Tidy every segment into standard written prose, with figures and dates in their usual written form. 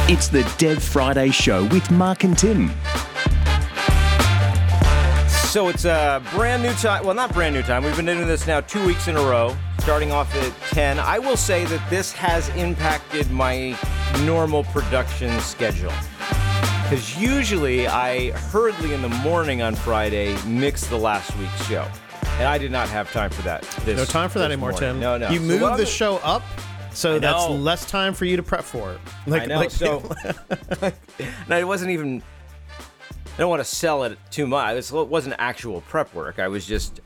It's the Dev Friday Show with Mark and Tim. So it's a brand new time. Well, not brand new time. We've been doing this now 2 weeks in a row, starting off at 10. I will say that this has impacted my normal production schedule. Because usually I hurriedly in the morning on Friday mix the last week's show. And I did not have time for that. No time for that anymore, morning. Tim. No. You moved the show up, so that's know. less time for you to prep for it. I know. No, it wasn't even. I don't want to sell it too much. It wasn't actual prep work. I was just,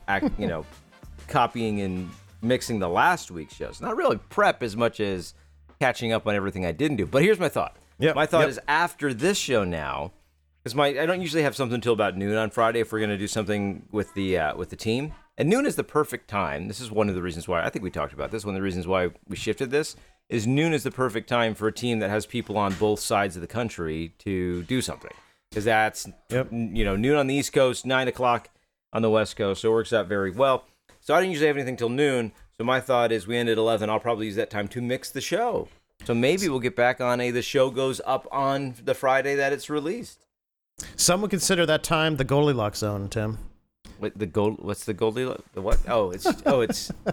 copying and mixing the last week's shows. Not really prep as much as catching up on everything I didn't do. But here's my thought. My thought is after this show now, because I don't usually have something until about noon on Friday if we're going to do something with the team. And noon is the perfect time. This is one of the reasons why I think we talked about this. One of the reasons why we shifted this is noon is the perfect time for a team that has people on both sides of the country to do something. Because that's, noon on the East Coast, 9 o'clock on the West Coast. So it works out very well. So I didn't usually have anything till noon. So my thought is we end at 11. I'll probably use that time to mix the show. So maybe we'll get back on the show goes up on the Friday that it's released. Some would consider that time the Goldilocks zone, Tim. What's the Goldilocks? The what? It's what?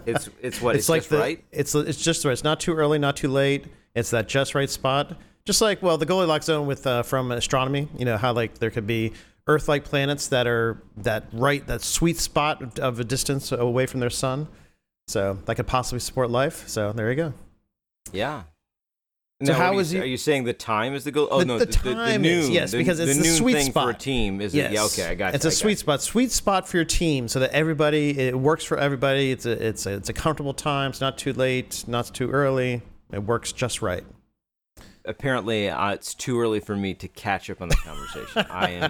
It's like just right? It's just right. It's not too early, not too late. It's that just right spot. Just like, the Goldilocks zone with from astronomy, how there could be Earth-like planets that are that sweet spot of a distance away from their sun. So that could possibly support life. So there you go. Yeah. So now, are you saying the time is the goal? Oh, the time noon. Is, yes, because it's the noon sweet thing spot for a team. Is yes. Yeah, okay, I got it. It's a sweet spot. Sweet spot for your team so that it works for everybody. It's a comfortable time. It's not too late, not too early. It works just right. Apparently, it's too early for me to catch up on the conversation.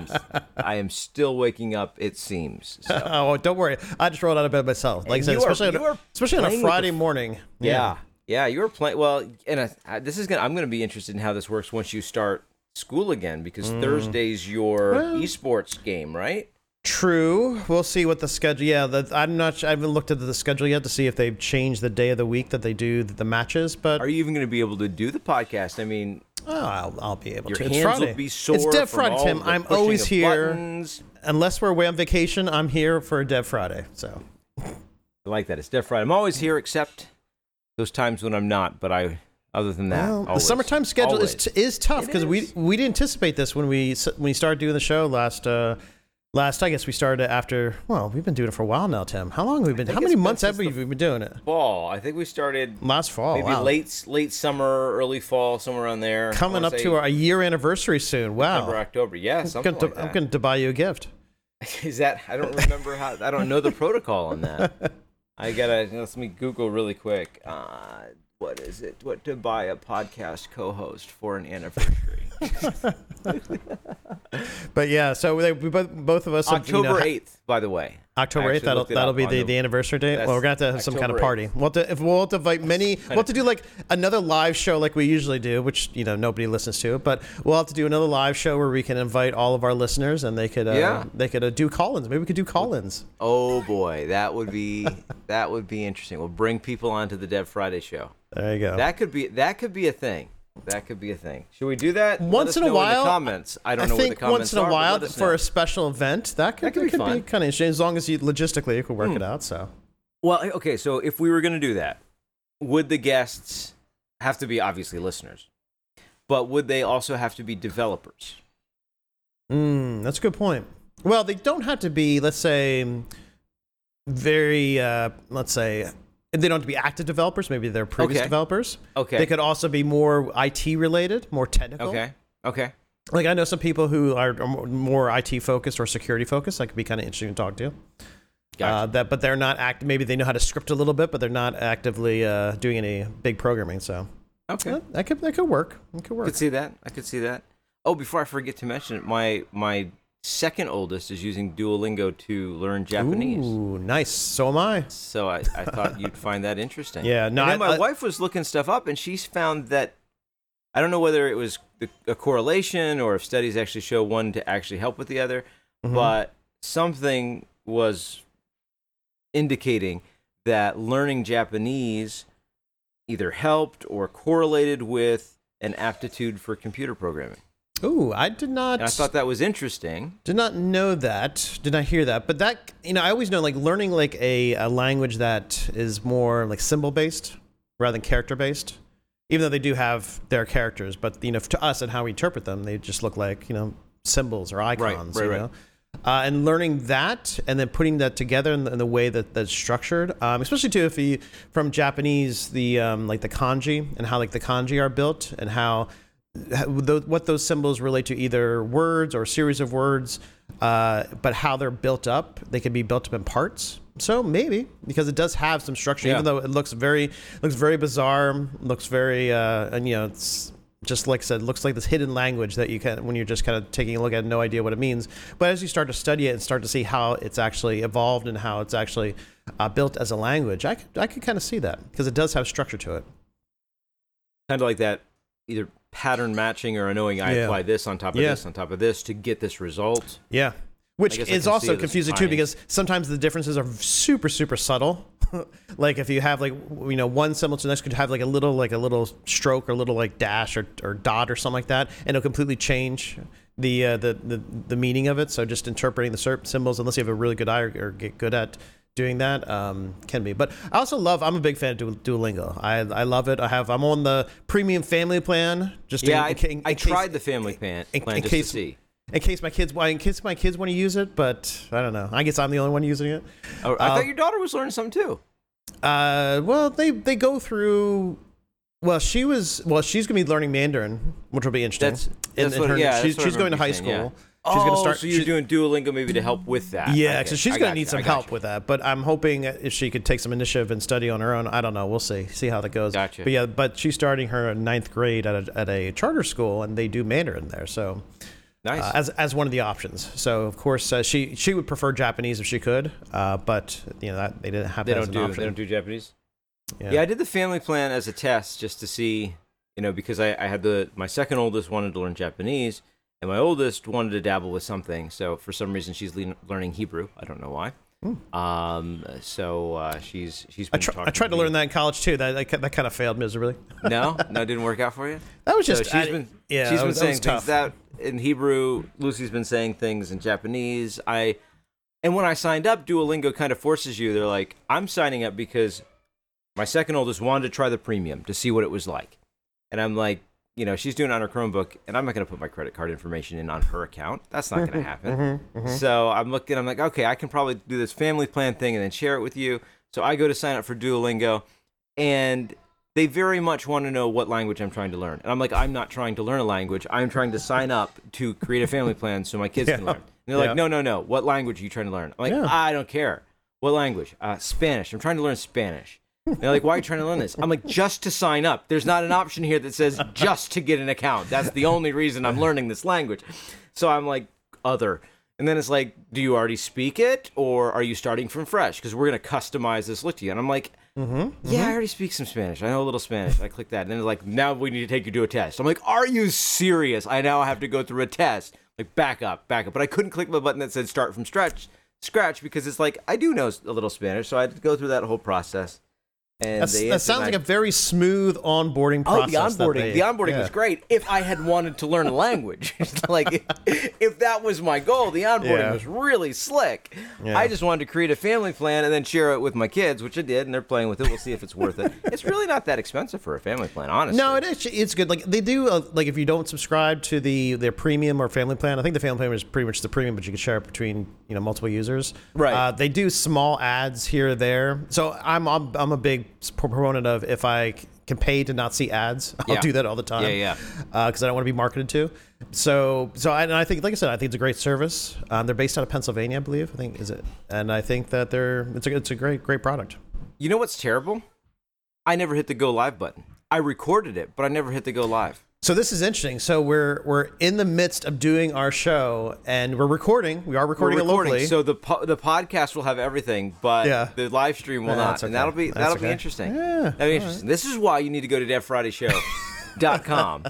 I am still waking up, it seems. So. Oh, don't worry. I just rolled out of bed myself. Like I said, especially on a Friday morning. Yeah, you were playing. Well, and I'm going to be interested in how this works once you start school again, because Thursday's your esports game, right? True. We'll see what the schedule. Yeah, I haven't looked at the schedule yet to see if they've changed the day of the week that they do the matches. But are you even going to be able to do the podcast? I mean, I'll be able to. Your hands will be sore. It's Dev Friday, Tim. I'm always here. Buttons. Unless we're away on vacation, I'm here for Dev Friday. So I like that. It's Dev Friday. I'm always here except those times when I'm not. But other than that, the summertime schedule is tough because we didn't anticipate this when we started doing the show last. I guess we started after. Well, we've been doing it for a while now, Tim. How long have we been? How many months have we been doing it? Fall. I think we started last fall. Maybe late summer, early fall, somewhere around there. Coming up to our year anniversary soon. Wow. September, October. Yeah, something like that. I'm going to buy you a gift. Is that? I don't remember how. I don't know the protocol on that. Let me Google really quick. What is it? What to buy a podcast co-host for an anniversary? But yeah, so we both of us. October 8th, by the way. October 8th. That'll be the anniversary date. Well, we're gonna have some kind of party. We'll have to invite many. We'll have to do like another live show like we usually do, which nobody listens to. But we'll have to do another live show where we can invite all of our listeners and they could do call-ins. Maybe we could do call-ins. Oh boy, that would be interesting. We'll bring people onto the Dev Friday show. There you go. That could be a thing. That could be a thing. Should we do that? Once in a while. In the comments. I don't know what the comments are. Once in a while for a special event, that could be kind of interesting. As long as logistically you could work it out. So. Well, okay. So if we were going to do that, would the guests have to be obviously listeners, but would they also have to be developers? That's a good point. Well, they don't have to be. Let's say very. They don't have to be active developers. Maybe they're previous developers. Okay. They could also be more IT related, more technical. Okay. Like I know some people who are more IT focused or security focused. That could be kind of interesting to talk to. Gotcha. But they're not active. Maybe they know how to script a little bit, but they're not actively doing any big programming. So that could work. It could work. I could see that. Oh, before I forget to mention it, my second oldest is using Duolingo to learn Japanese. Ooh, nice. So am I. So I thought you'd find that interesting. Yeah. No. And then my wife was looking stuff up, and she's found that I don't know whether it was a correlation or if studies actually show one to actually help with the other, but something was indicating that learning Japanese either helped or correlated with an aptitude for computer programming. Ooh, I did not. And I thought that was interesting. Did not know that. Did not hear that. But that, I always know, like, learning like a language that is more like symbol based rather than character based. Even though they do have their characters, but to us and how we interpret them, they just look like symbols or icons. Right. And learning that and then putting that together in the way that's structured, especially too if you from Japanese, the like the kanji and how like the kanji are built and what those symbols relate to, either words or a series of words, but how they're built up. They can be built up in parts. So maybe because it does have some structure, even though it looks very bizarre, looks very and it's just like I said, looks like this hidden language that you can, when you're just kind of taking a look at it, no idea what it means. But as you start to study it and start to see how it's actually evolved and how it's actually built as a language, I could kind of see that because it does have structure to it. Kind of like that, either pattern matching or knowing I apply this on top of this on top of this to get this result. Yeah. Which is also confusing too, because sometimes the differences are super, super subtle. Like if you have like one symbol to the next could have like a little stroke or a little like dash or dot or something like that, and it'll completely change the meaning of it. So just interpreting the symbols, unless you have a really good eye or get good at doing that, can be. But I also I'm a big fan of Duolingo. I love it. I'm on the premium family plan. I tried the family plan just to see. In case my kids want to use it, but I don't know. I guess I'm the only one using it. Oh, I thought your daughter was learning something too. Well, they go through. Well, she's going to be learning Mandarin, which will be interesting. She's going to high school. Yeah. She's going to start. So you're doing Duolingo maybe to help with that. Yeah, because she's going to need some help with that. But I'm hoping if she could take some initiative and study on her own. I don't know. We'll see how that goes. Gotcha. But she's starting her 9th grade at a charter school, and they do Mandarin there. So. Nice. As one of the options. So of course she would prefer Japanese if she could, but that they didn't have that as an option. They don't do Japanese. Yeah, I did the family plan as a test just to see, because I had my second oldest wanted to learn Japanese, and my oldest wanted to dabble with something. So for some reason she's learning Hebrew. I don't know why. So she's been talking. I tried to learn that in college too. That kind of failed miserably. No, it didn't work out for you. That was just. So she's been saying things that in Hebrew. Lucy's been saying things in Japanese. And when I signed up, Duolingo kind of forces you. They're like, I'm signing up because my second oldest wanted to try the premium to see what it was like, and I'm like, she's doing it on her Chromebook, and I'm not going to put my credit card information in on her account. That's not going to happen. So I'm like, okay, I can probably do this family plan thing and then share it with you. So I go to sign up for Duolingo, and they very much want to know what language I'm trying to learn. And I'm like, I'm not trying to learn a language. I'm trying to sign up to create a family plan so my kids can learn. And they're like, no. What language are you trying to learn? I'm like, I don't care. What language? Spanish. I'm trying to learn Spanish. And they're like, why are you trying to learn this? I'm like, just to sign up. There's not an option here that says just to get an account. That's the only reason I'm learning this language. So I'm like, other. And then it's like, do you already speak it, or are you starting from fresh? Because we're going to customize this look to you. And I'm like, yeah, I already speak some Spanish. I know a little Spanish. I click that. And then it's like, now we need to take you to a test. I'm like, are you serious? I now have to go through a test. Like, back up. But I couldn't click the button that said start from scratch because it's like, I do know a little Spanish. So I had to go through that whole process. And that sounds like a very smooth onboarding process. The onboarding was great if I had wanted to learn a language. Like, if that was my goal, the onboarding was really slick. Yeah. I just wanted to create a family plan and then share it with my kids, which I did, and they're playing with it. We'll see if it's worth it. It's really not that expensive for a family plan, honestly. No, it's good. Like, they do, like, if you don't subscribe to their premium or family plan, I think the family plan is pretty much the premium, but you can share it between multiple users. Right. They do small ads here or there. So I'm a big proponent of, if I can pay to not see ads, I'll do that all the time. Because I don't want to be marketed to. So I think, like I said, I think it's a great service. They're based out of Pennsylvania, I believe. And I think that it's a great product. You know what's terrible? I never hit the go live button. I recorded it, but I never hit the go live. So this is interesting. So we're in the midst of doing our show, and we're recording. We are recording it locally. So the podcast will have everything, but the live stream will not. Okay. And that'll be interesting. Yeah, that'll be interesting. This is why you need to go to DevFridayShow.com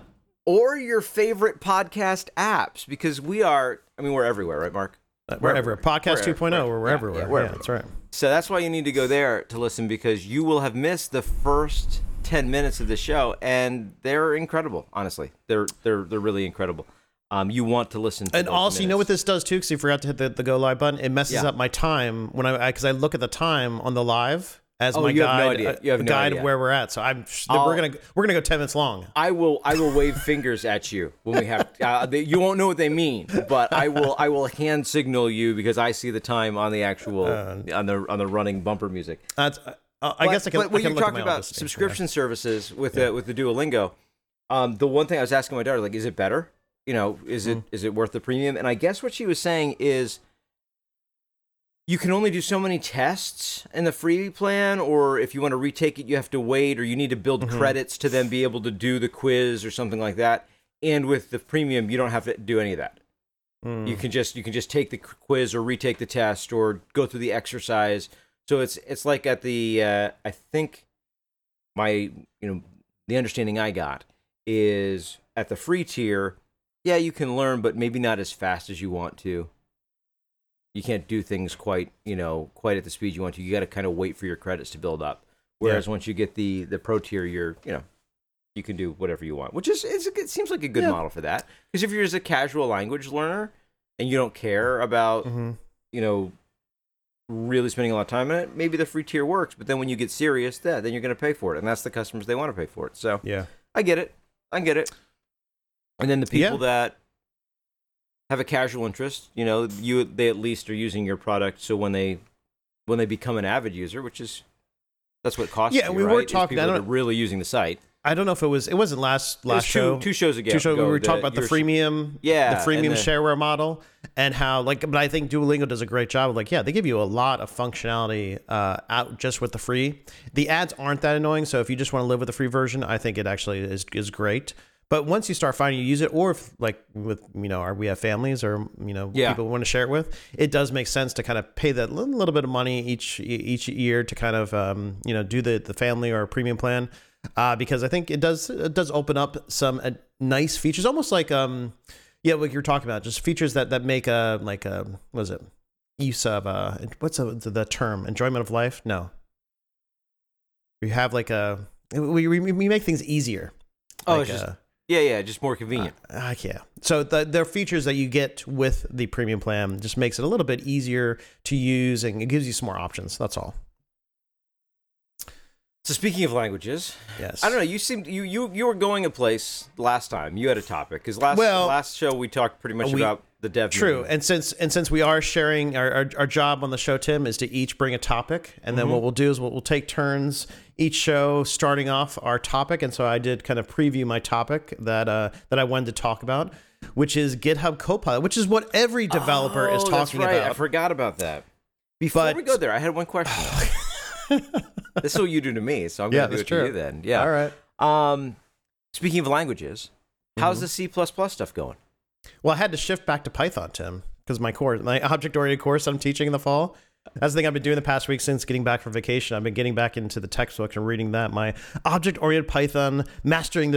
or your favorite podcast apps, because we're everywhere, right, Mark? We're everywhere. Podcast 2.0, we're everywhere. Yeah, that's right. So that's why you need to go there to listen, because you will have missed the first 10 minutes of the show, and they're incredible. Honestly, they're really incredible. You want to listen to and also, you know what this does too, because you forgot to hit the go live button. It messes up my time when because I look at the time on the live as my you have no guide, idea. You have no guide idea. of where we're at. So we're gonna go 10 minutes long. I will wave fingers at you when we have. You won't know what they mean, but I will hand signal you because I see the time on the actual on the running bumper music. I guess I can. But when I can you're look at talking my about subscription services with the Duolingo, the one thing I was asking my daughter, like, is it better? You know, is it worth the premium? And I guess what she was saying is, you can only do so many tests in the free plan, or if you want to retake it, you have to wait, or you need to build credits to then be able to do the quiz or something like that. And with the premium, you don't have to do any of that. You can just take the quiz or retake the test or go through the exercise. So it's like at the I think the understanding I got is at the free tier, yeah, you can learn, but maybe not as fast as you want to. You can't do things quite at the speed you want to. You got to kind of wait for your credits to build up. Whereas once you get the pro tier, you can do whatever you want, which it seems like a good model for that. Because if you're just a casual language learner and you don't care about really spending a lot of time on it, maybe the free tier works. But then when you get serious, then you're going to pay for it, and that's the customers they want to pay for it. So I get it. And then the people that have a casual interest, they at least are using your product. So when they become an avid user, that's what costs. Yeah, you, we right? were talking. People that are really using the site. I don't know if it wasn't last show. Two shows ago. We were talking about the freemium, the freemium shareware model, and how but I think Duolingo does a great job. They give you a lot of functionality out just with the free. The ads aren't that annoying, so if you just want to live with the free version, I think it actually is great. But once you start finding you use it, or if we have families or people we want to share it with, it does make sense to kind of pay that little bit of money each year to kind of do the family or premium plan. Because I think it does open up some nice features, almost like what you're talking about, just features that make use of what's the term, enjoyment of life? No, we have we make things easier. Just more convenient. So there are features that you get with the premium plan, just makes it a little bit easier to use, and it gives you some more options. That's all. So speaking of languages, yes, I don't know. You seemed you were going a place last time. You had a topic because last show we talked pretty much about the dev. True, and since we are sharing our job on the show, Tim, is to each bring a topic, and then what we'll do is we'll take turns each show starting off our topic. And so I did kind of preview my topic that I wanted to talk about, which is GitHub Copilot, which is what every developer is talking about. I forgot about that. Before we go there, I had one question. This is what you do to me, so I'm going to do it to you then. Yeah. All right. Speaking of languages, how's the C++ stuff going? Well, I had to shift back to Python, Tim, because my object-oriented course I'm teaching in the fall, that's the thing I've been doing the past week since getting back from vacation. I've been getting back into the textbooks and reading that. My object-oriented Python, mastering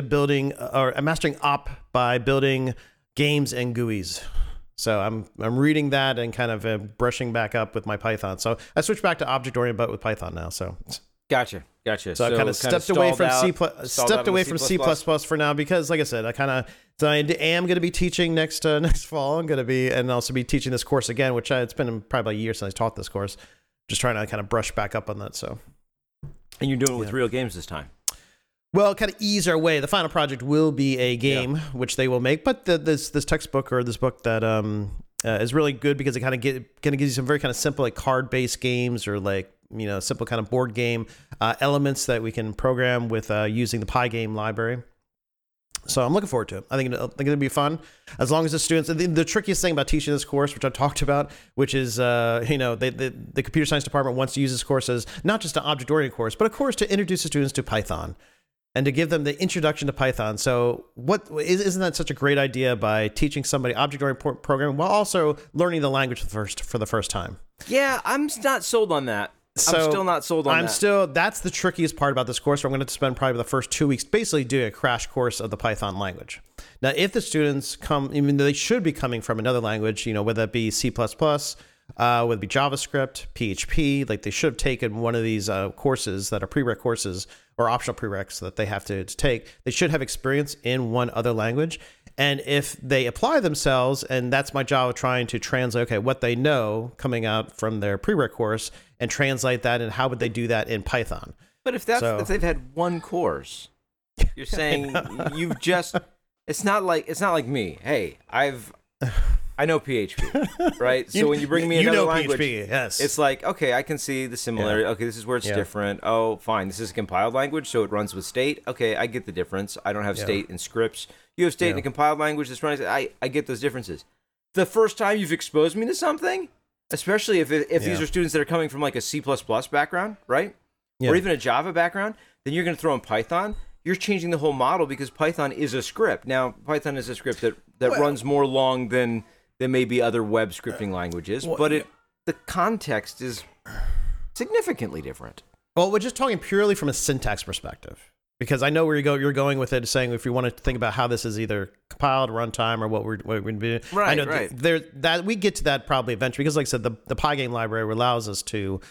op by building games and GUIs. So I'm reading that and kind of brushing back up with my Python. So I switched back to object-oriented, but with Python now. So gotcha. So I kind of stepped away from C++ for now because, like I said, I am going to be teaching next fall. I'm going to be and also be teaching this course again, which it's been probably a year since I taught this course. Just trying to kind of brush back up on that. So, and you're doing it with real games this time. Well, kind of ease our way. The final project will be a game, which they will make. But this textbook or this book that is really good because it kind of gives you some very kind of simple card-based games or simple kind of board game elements that we can program with using the Pygame library. So I'm looking forward to it. I think it'll be fun as long as the students. The trickiest thing about teaching this course, which I've talked about, which is the computer science department wants to use this course as not just an object-oriented course, but a course to introduce the students to Python. And to give them the introduction to Python. So isn't that such a great idea by teaching somebody object-oriented programming while also learning the language for the first time? Yeah, I'm not sold on that. I'm still not sold on that. That's the trickiest part about this course. I'm going to spend probably the first 2 weeks basically doing a crash course of the Python language. Now, if the students come, they should be coming from another language, whether that be C++, Whether it be JavaScript, PHP, like they should have taken one of these courses that are prereq courses or optional prereqs that they have to take. They should have experience in one other language. And if they apply themselves, and that's my job of trying to translate, okay, what they know coming out from their prereq course and translate that, and how would they do that in Python? But if they've had one course, you're saying you've just, it's not like me. Hey, I know PHP, right? So when you bring me another language, PHP, yes. It's like, okay, I can see the similarity. Okay, this is where it's different. Oh, fine. This is a compiled language, so it runs with state. Okay, I get the difference. I don't have state in scripts. You have state in a compiled language that's running. I get those differences. The first time you've exposed me to something, especially if these are students that are coming from like a C++ background, right? Or even a Java background, then you're going to throw in Python. You're changing the whole model because Python is a script. Now, Python is a script that runs more long than maybe other web scripting languages, but the context is significantly different. Well, we're just talking purely from a syntax perspective, because I know where you're going with it, saying if you want to think about how this is either compiled, runtime, or what we're doing. Right, I know right. That we get to that probably eventually, because like I said, the Pygame library allows us to,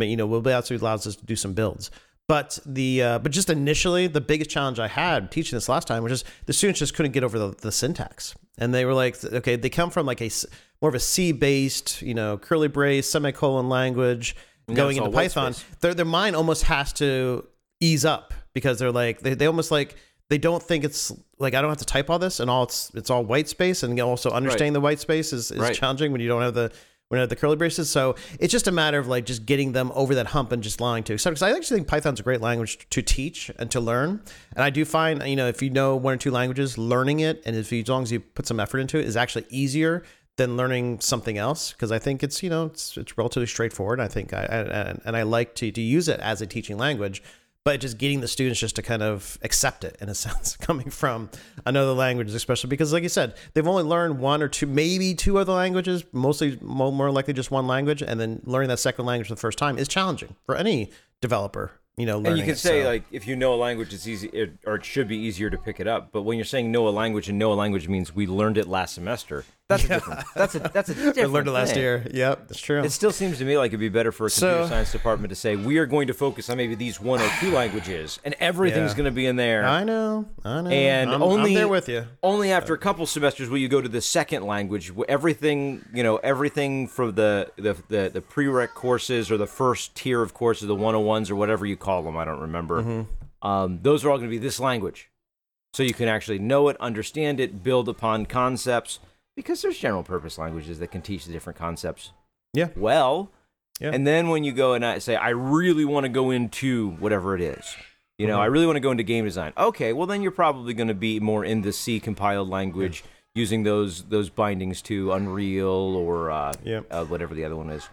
allows us to do some builds. But but just initially, the biggest challenge I had teaching this last time was just the students just couldn't get over the syntax, and they were like, okay, they come from like more of a C-based, curly brace, semicolon language, going into Python. Their mind almost has to ease up, because they're like they almost like they don't think it's like, I don't have to type all this, and it's all white space, and also understanding the white space is challenging when you don't have the curly braces. So it's just a matter of like just getting them over that hump and just allowing to accept. Because I actually think Python's a great language to teach and to learn. And I do find, if you know one or two languages, learning it, and as long as you put some effort into it, is actually easier than learning something else. Because I think it's it's relatively straightforward. I think I like to use it as a teaching language. But just getting the students just to kind of accept it, in a sense, coming from another language, especially because, like you said, they've only learned one or two, maybe two other languages, mostly more likely just one language, and then learning that second language for the first time is challenging for any developer. Learning. And you can say, like, if you know a language, it's easy, or it should be easier to pick it up. But when you're saying know a language, and know a language means we learned it last semester, that's a different. That's a different. I learned it last year. Yep, that's true. It still seems to me like it'd be better for a computer science department to say we are going to focus on maybe these one or two languages, and everything's going to be in there. I know. And I'm there with you. Only after a couple semesters will you go to the second language. Everything for the prereq courses, or the first tier of courses, the 101s or whatever you call them. I don't remember. Mm-hmm. Those are all going to be this language, so you can actually know it, understand it, build upon concepts. Because there's general purpose languages that can teach the different concepts. Well. And then when you go and I say, I really want to go into whatever it is, I really want to go into game design. Okay, well then you're probably going to be more in the C compiled language, using those bindings to Unreal or whatever the other one is.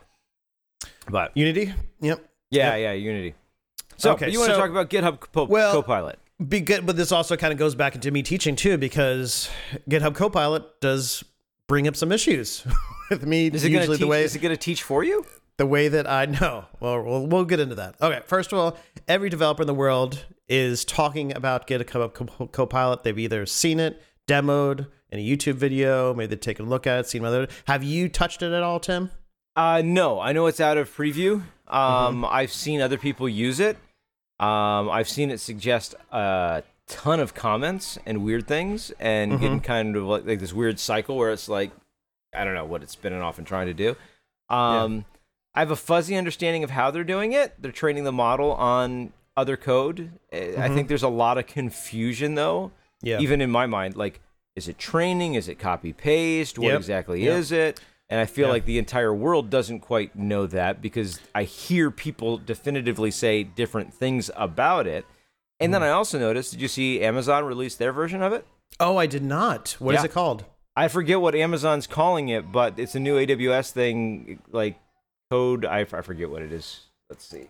But Unity. Yeah, Unity. So you want to talk about GitHub Copilot? Be good, but this also kind of goes back into me teaching too, because GitHub Copilot does bring up some issues with me. Is it going to teach for you? The way that I know. Well, we'll get into that. Okay, first of all, every developer in the world is talking about GitHub Copilot. They've either seen it, demoed in a YouTube video, maybe they've taken a look at it, seen other. Have you touched it at all, Tim? No, I know it's out of preview. I've seen other people use it. I've seen it suggest a ton of comments and weird things, and getting kind of like this weird cycle where it's like, I don't know what it's spinning off and trying to do. I have a fuzzy understanding of how they're doing it. They're training the model on other code. I think there's a lot of confusion, though, even in my mind. Like, is it training? Is it copy paste? What exactly is it? And I feel like the entire world doesn't quite know that, because I hear people definitively say different things about it. And then I also noticed, did you see Amazon release their version of it? Oh, I did not. What is it called? I forget what Amazon's calling it, but it's a new AWS thing, like code. I forget what it is. Let's see.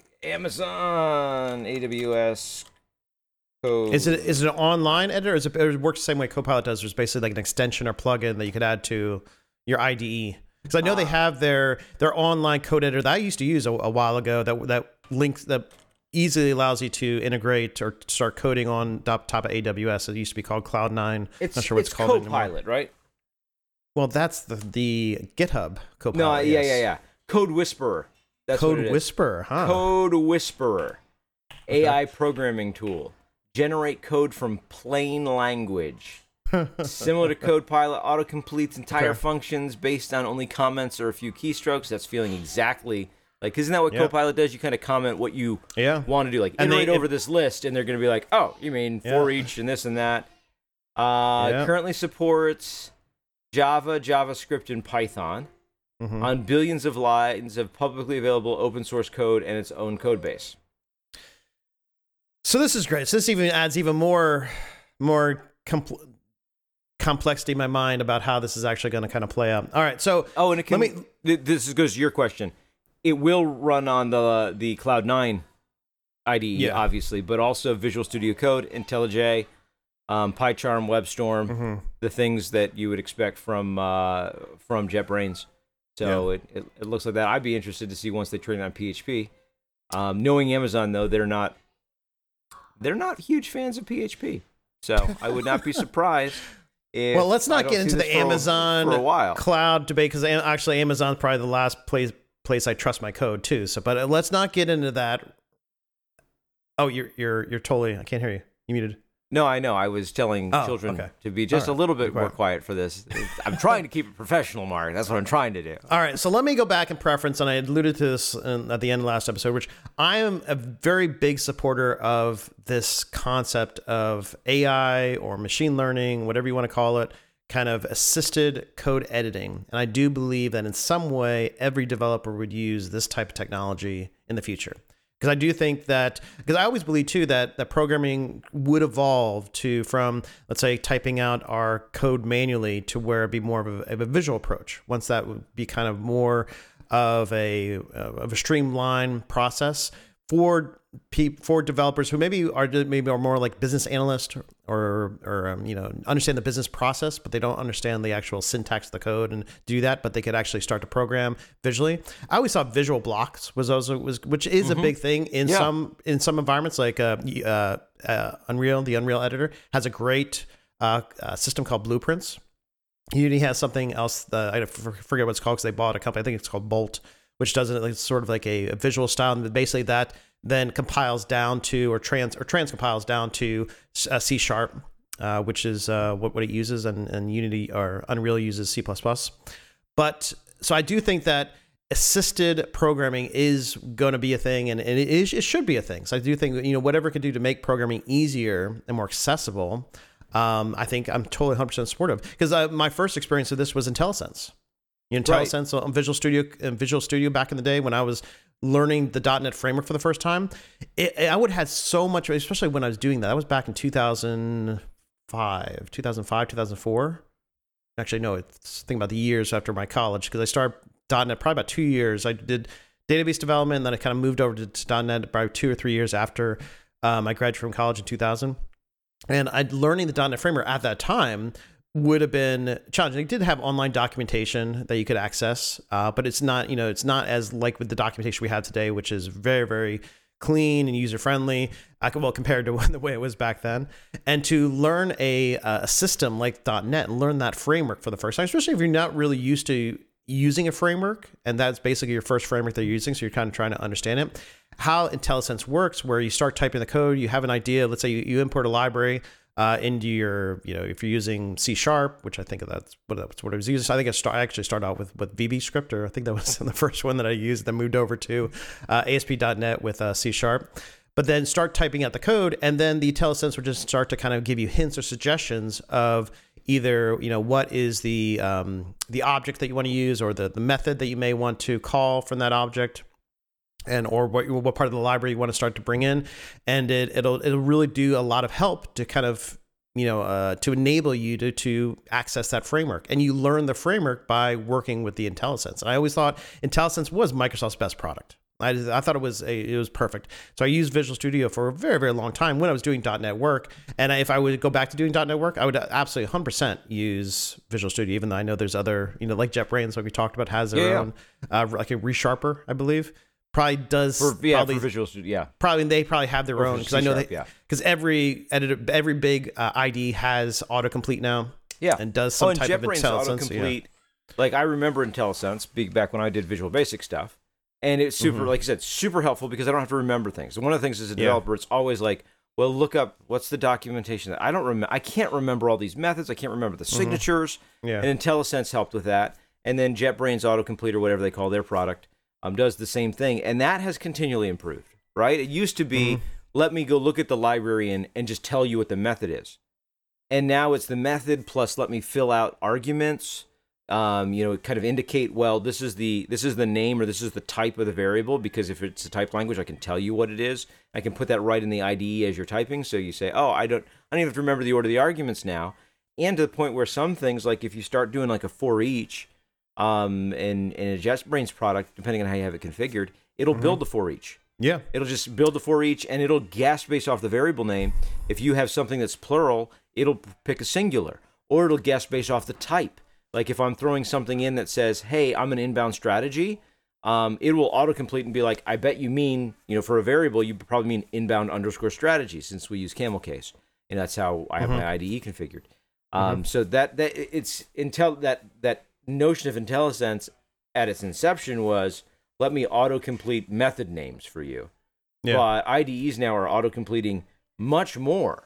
Amazon AWS code. Is it an online editor, or it works the same way Copilot does? There's basically like an extension or plugin that you could add to your IDE. Because I know they have their online code editor that I used to use a while ago that easily allows you to integrate or start coding on top of AWS. It used to be called Cloud9. Not sure what it's called Copilot, anymore. Right? Well, that's the GitHub Copilot. No, yes. yeah. Code Whisperer. That's what it Code is. Whisperer, huh? Code Whisperer. AI programming tool. Generate code from plain language. Similar to CodePilot, auto-completes entire functions based on only comments or a few keystrokes. That's feeling exactly like, isn't that what Copilot does? You kind of comment what you want to do, like iterate over this list, and they're going to be like, oh, you mean for each and this and that. Currently supports Java, JavaScript, and Python on billions of lines of publicly available open source code and its own code base. So this is great. So this even adds even more complexity in my mind about how this is actually going to kind of play out. All right, so and it can, this goes to your question. It will run on the Cloud9 IDE, obviously, but also Visual Studio Code, IntelliJ, PyCharm, WebStorm, the things that you would expect from JetBrains. So it looks like that. I'd be interested to see once they train on PHP. Knowing Amazon, though, they're not huge fans of PHP. So I would not be surprised. Well, let's not get into the Amazon for a while. cloud debate, because actually Amazon's probably the last place I trust my code too. So, but let's not get into that. Oh, you're totally. I can't hear you. You muted. No, I know. I was telling children to be just a little bit more quiet for this. I'm trying to keep it professional, Mark. That's what I'm trying to do. All right, so let me go back and preference, and I alluded to this at the end of last episode, which I am a very big supporter of this concept of AI or machine learning, whatever you want to call it, kind of assisted code editing. And I do believe that in some way, every developer would use this type of technology in the future. Because I do think that, because I always believe too that programming would evolve from, let's say, typing out our code manually to where it'd be more of a visual approach. Once that would be kind of more of a streamlined process for developers who maybe are more like business analysts or understand the business process, but they don't understand the actual syntax of the code and do that, but they could actually start to program visually. I always thought visual blocks which is a big thing in some environments, like Unreal. The Unreal editor has a great system called Blueprints. Unity has something else that I forget what it's called because they bought a company. I think it's called Bolt, which does it like sort of like a visual style, and basically that then compiles down to or transcompiles down to C#, which is what it uses, and Unity or Unreal uses C++. But so I do think that assisted programming is going to be a thing, and it should be a thing. So I do think whatever it could do to make programming easier and more accessible. I think I'm totally 100% supportive, because my first experience of this was IntelliSense. IntelliSense on Visual Studio back in the day when I was learning the .NET framework for the first time. I would have had so much, especially when I was doing that. That was back in 2005, 2004. Actually, no, it's thinking about the years after my college, because I started .NET probably about 2 years. I did database development, and then I kind of moved over to .NET about 2 or 3 years after I graduated from college in 2000. And learning the .NET framework at that time would have been challenging. It did have online documentation that you could access, but it's not as like with the documentation we have today, which is very, very clean and user-friendly, compared to the way it was back then. And to learn a system like .NET and learn that framework for the first time, especially if you're not really used to using a framework, and that's basically your first framework they're using, so you're kind of trying to understand it, how IntelliSense works, where you start typing the code, you have an idea, let's say you import a library into your, if you're using C#, which I think that's what I was using. I think I actually started out with VBScript, or I think that was the first one that I used, then moved over to ASP.NET with C#. But then start typing out the code, and then the IntelliSense would just start to kind of give you hints or suggestions of either, what is the object that you want to use, or the method that you may want to call from that object, or what part of the library you want to start to bring in, and it'll really do a lot of help to kind of to enable you to access that framework. And you learn the framework by working with the IntelliSense. And I always thought IntelliSense was Microsoft's best product. I thought it was perfect. So I used Visual Studio for a very, very long time when I was doing .NET work. And if I would go back to doing .NET work, I would absolutely 100% use Visual Studio, even though I know there's other, like JetBrains, like we talked about, has their own, like a ReSharper, I believe. Probably does for Visual Studio. They probably have their own, because I know because every big IDE has autocomplete now. Yeah. and does some type of JetBrains IntelliSense. autocomplete. Like I remember IntelliSense back when I did Visual Basic stuff, and it's super, like I said, super helpful because I don't have to remember things. And one of the things as a developer, it's always like, well, look up what's the documentation. I don't remember. I can't remember all these methods. I can't remember the signatures. Yeah. And IntelliSense helped with that. And then JetBrains Autocomplete or whatever they call their product does the same thing, and that has continually improved. Right? It used to be let me go look at the library and just tell you what the method is, and now it's the method plus let me fill out arguments. Kind of indicate, well, this is the name or this is the type of the variable, because if it's a typed language, I can tell you what it is. I can put that right in the IDE as you're typing. So you say, oh, I don't even have to remember the order of the arguments now. And to the point where some things, like if you start doing like a for each, in a JetBrains product, depending on how you have it configured, it'll build the for each. Yeah. It'll just build the for each, and it'll guess based off the variable name. If you have something that's plural, it'll pick a singular, or it'll guess based off the type. Like if I'm throwing something in that says, hey, I'm an inbound strategy, it will autocomplete and be like, I bet you mean, for a variable, you probably mean inbound _ strategy, since we use camel case. And that's how I have my IDE configured. So that it's that notion of IntelliSense at its inception was, let me autocomplete method names for you. Yeah. But IDEs now are autocompleting much more.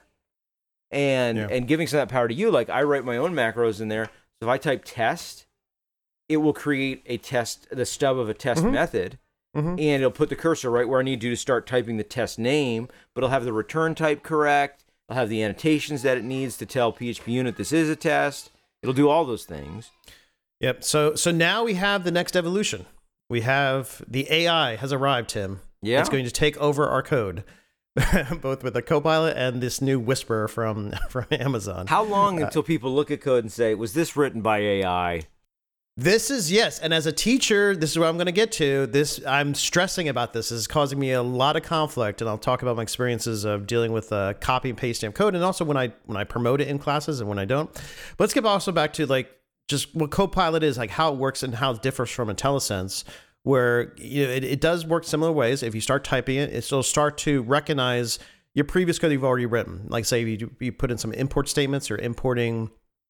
And giving some of that power to you. Like I write my own macros in there. So if I type test, it will create the stub of a test method, and it'll put the cursor right where I need you to start typing the test name, but it'll have the return type correct. It'll have the annotations that it needs to tell PHP unit this is a test. It'll do all those things. Yep. So now we have the next evolution. We have the AI has arrived, Tim. Yeah. It's going to take over our code, both with the Copilot and this new Whisperer from Amazon. How long until people look at code and say, was this written by AI? This is, yes. And as a teacher, this is what I'm going to get to. I'm stressing about this. This is causing me a lot of conflict. And I'll talk about my experiences of dealing with copy and pasting of code, and also when I promote it in classes and when I don't. But let's get also back to just what Copilot is, like how it works and how it differs from IntelliSense, where it does work similar ways. If you start typing it, it'll start to recognize your previous code you've already written. Like say you put in some import statements or importing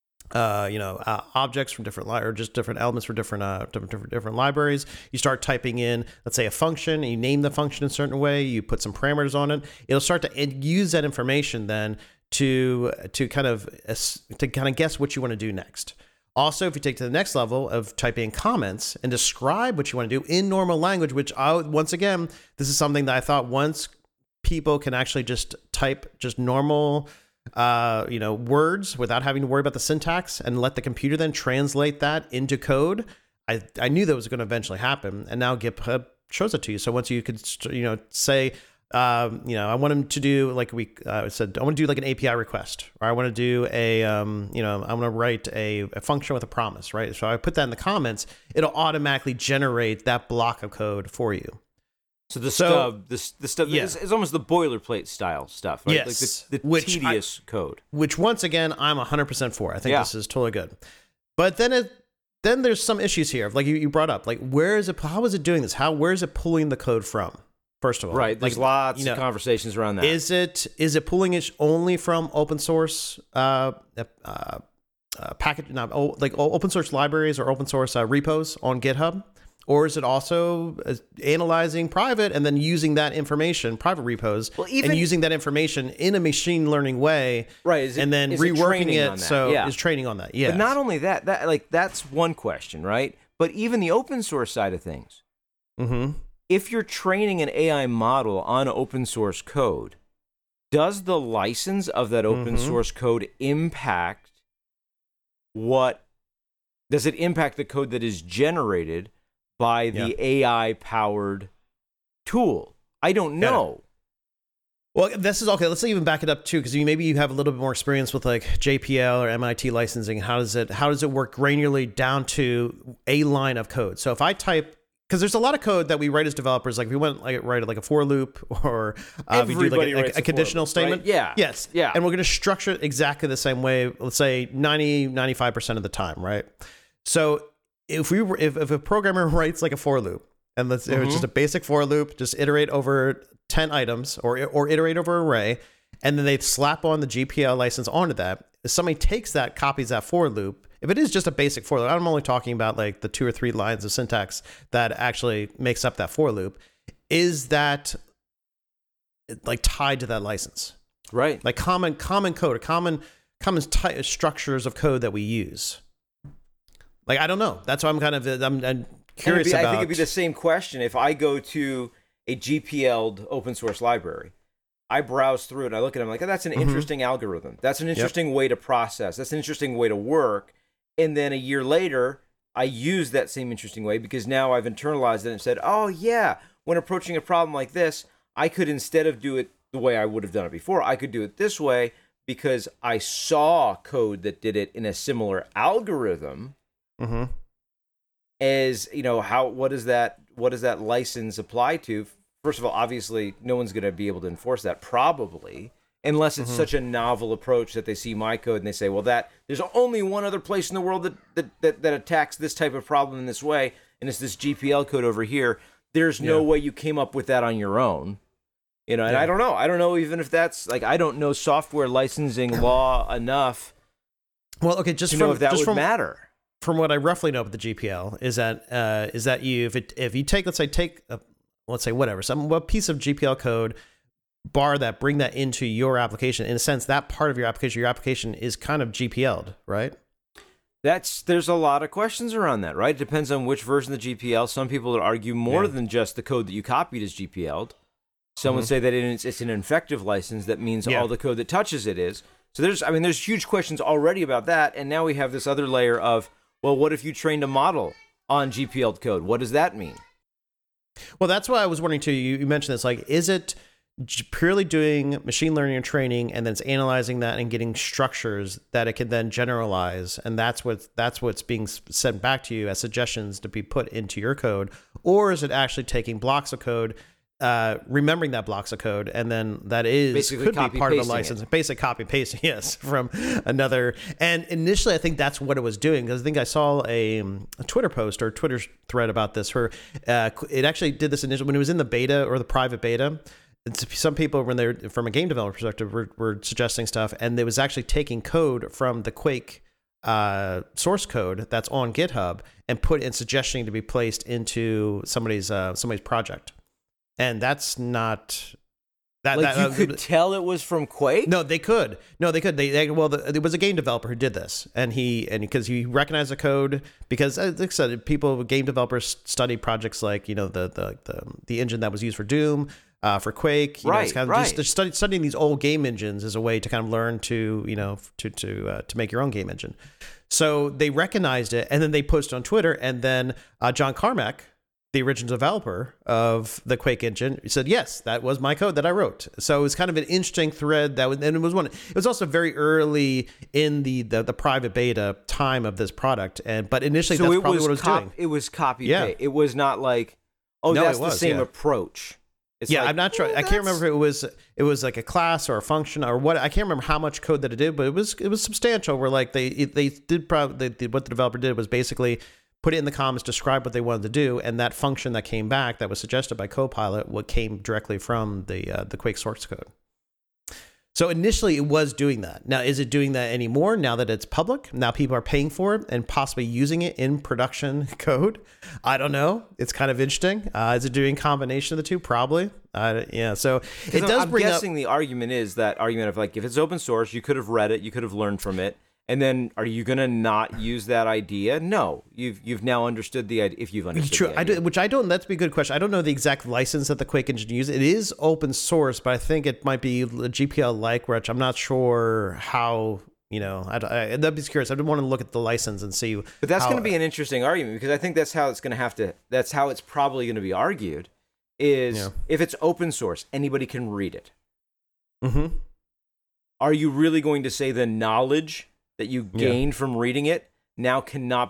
objects from different or just different elements for different libraries. You start typing in, let's say, a function, and you name the function in a certain way. You put some parameters on it. It'll start to use that information then to kind of guess what you want to do next. Also, if you take to the next level of typing in comments and describe what you want to do in normal language, which once again, this is something that I thought once people can actually just type just normal words without having to worry about the syntax and let the computer then translate that into code. I knew that was going to eventually happen, and now GitHub shows it to you. So once you could, say, I want them to do like I want to do like an API request, or I want to do I want to write a function with a promise, right? So I put that in the comments, it'll automatically generate that block of code for you. So the stuff is almost the boilerplate style stuff, right? Yes, like the tedious code. Which once again, I'm 100% for. I think this is totally good. But then there's some issues here, like you brought up, like how is it doing this? Where is it pulling the code from? First of all, right? There's lots of conversations around that. Is it pulling it only from open source open source libraries or open source repos on GitHub? Or is it also analyzing private and then using that information, private repos, and using that information in a machine learning way, right? And then reworking it is training on that. Yeah. But not only that that's one question, right? But even the open source side of things. Mm-hmm. If you're training an AI model on open source code, does the license of that open source code impact does it impact the code that is generated by the AI-powered tool? I don't know. Well, this is okay. Let's even back it up too, because maybe you have a little bit more experience with like JPL or MIT licensing. How does it work granularly down to a line of code? So if I type, because there's a lot of code that we write as developers, like if we went write like a for loop, or we do like a conditional statement. Right? Yeah. Yes. Yeah. And we're going to structure it exactly the same way. Let's say 95% of the time, right? So if a programmer writes like a for loop, and it's just a basic for loop, just iterate over 10 items or iterate over an array, and then they slap on the GPL license onto that, if somebody takes that, copies that for loop, if it is just a basic for loop, I'm only talking about like the 2 or 3 lines of syntax that actually makes up that for loop, is that like tied to that license? Right. Like common code, or common structures of code that we use. Like, I don't know. That's why I'm curious about. I think it'd be the same question if I go to a GPL'd open source library. I browse through it and I look at it, I'm like, oh, that's an interesting algorithm. That's an interesting way to process. That's an interesting way to work. And then a year later, I use that same interesting way because now I've internalized it and said, oh yeah, when approaching a problem like this, I could, instead of do it the way I would have done it before, I could do it this way because I saw code that did it in a similar algorithm. As you know, what does that license apply to? First of all, obviously, no one's going to be able to enforce that, probably, unless it's such a novel approach that they see my code and they say, well, there's only one other place in the world that attacks this type of problem in this way, and it's this GPL code over here. There's no way you came up with that on your own. You know, and I don't know. I don't know even if that's, like, I don't know software licensing law enough. Well, okay, just to from know if that just would from, matter. From what I roughly know about the GPL is that if you take, let's say whatever, a piece of GPL code, bar that, bring that into your application, in a sense, that part of your application is kind of GPL'd, right? There's a lot of questions around that, right? It depends on which version of the GPL. Some people would argue more than just the code that you copied is GPL'd. Some would say that it's an infective license that means all the code that touches it is. So there's huge questions already about that, and now we have this other layer of, well, what if you trained a model on GPL'd code? What does that mean? Well, that's why I was wondering too. You mentioned this. Like, is it purely doing machine learning and training, and then it's analyzing that and getting structures that it can then generalize, and that's what's being sent back to you as suggestions to be put into your code, or is it actually taking blocks of code, remembering that blocks of code, and then that basically could be part of the license. Basic copy pasting, yes, from another. And initially, I think that's what it was doing, because I think I saw a Twitter post or a Twitter thread about this. Where it actually did this initially when it was in the beta or the private beta. Some people, when they're from a game developer perspective, were suggesting stuff, and it was actually taking code from the Quake source code that's on GitHub and suggesting to be placed into somebody's project. And that's not that. Like, you could tell it was from Quake? No, they could. It was a game developer who did this, and because he recognized the code, because like I said, game developers study projects like, you know, the engine that was used for Doom, for Quake. You know, it's kind of just studying these old game engines as a way to kind of learn to, you know, to make your own game engine. So they recognized it, and then they posted on Twitter, and then John Carmack, the original developer of the Quake engine, said, yes, that was my code that I wrote. So it was kind of an interesting thread and it was also very early in the private beta time of this product. But initially, that's probably what it was doing. It was copy paste. It was not like, that's the same approach. I'm not sure. I can't remember if it was like a class or a function or what. I can't remember how much code that it did, but it was substantial. Where like what the developer did was basically put it in the comments, describe what they wanted to do, and that function that came back that was suggested by Copilot, what came directly from the Quake source code. So initially it was doing that. Now, is it doing that anymore now that it's public? Now people are paying for it and possibly using it in production code? I don't know. It's kind of interesting. Is it doing a combination of the two? Probably. So it does bring up... I'm guessing the argument is that argument of, like, if it's open source, you could have read it, you could have learned from it. And then, are you going to not use that idea? No, you've now understood the idea. If you've understood the idea. That's a good question. I don't know the exact license that the Quake engine uses. It is open source, but I think it might be GPL-like, which I'm not sure how. You know, I'd be curious. I would want to look at the license and see. But that's going to be an interesting argument, because I think that's how it's going to have to. That's how it's probably going to be argued. If it's open source, anybody can read it. Mm-hmm. Are you really going to say the knowledge that you gained from reading it now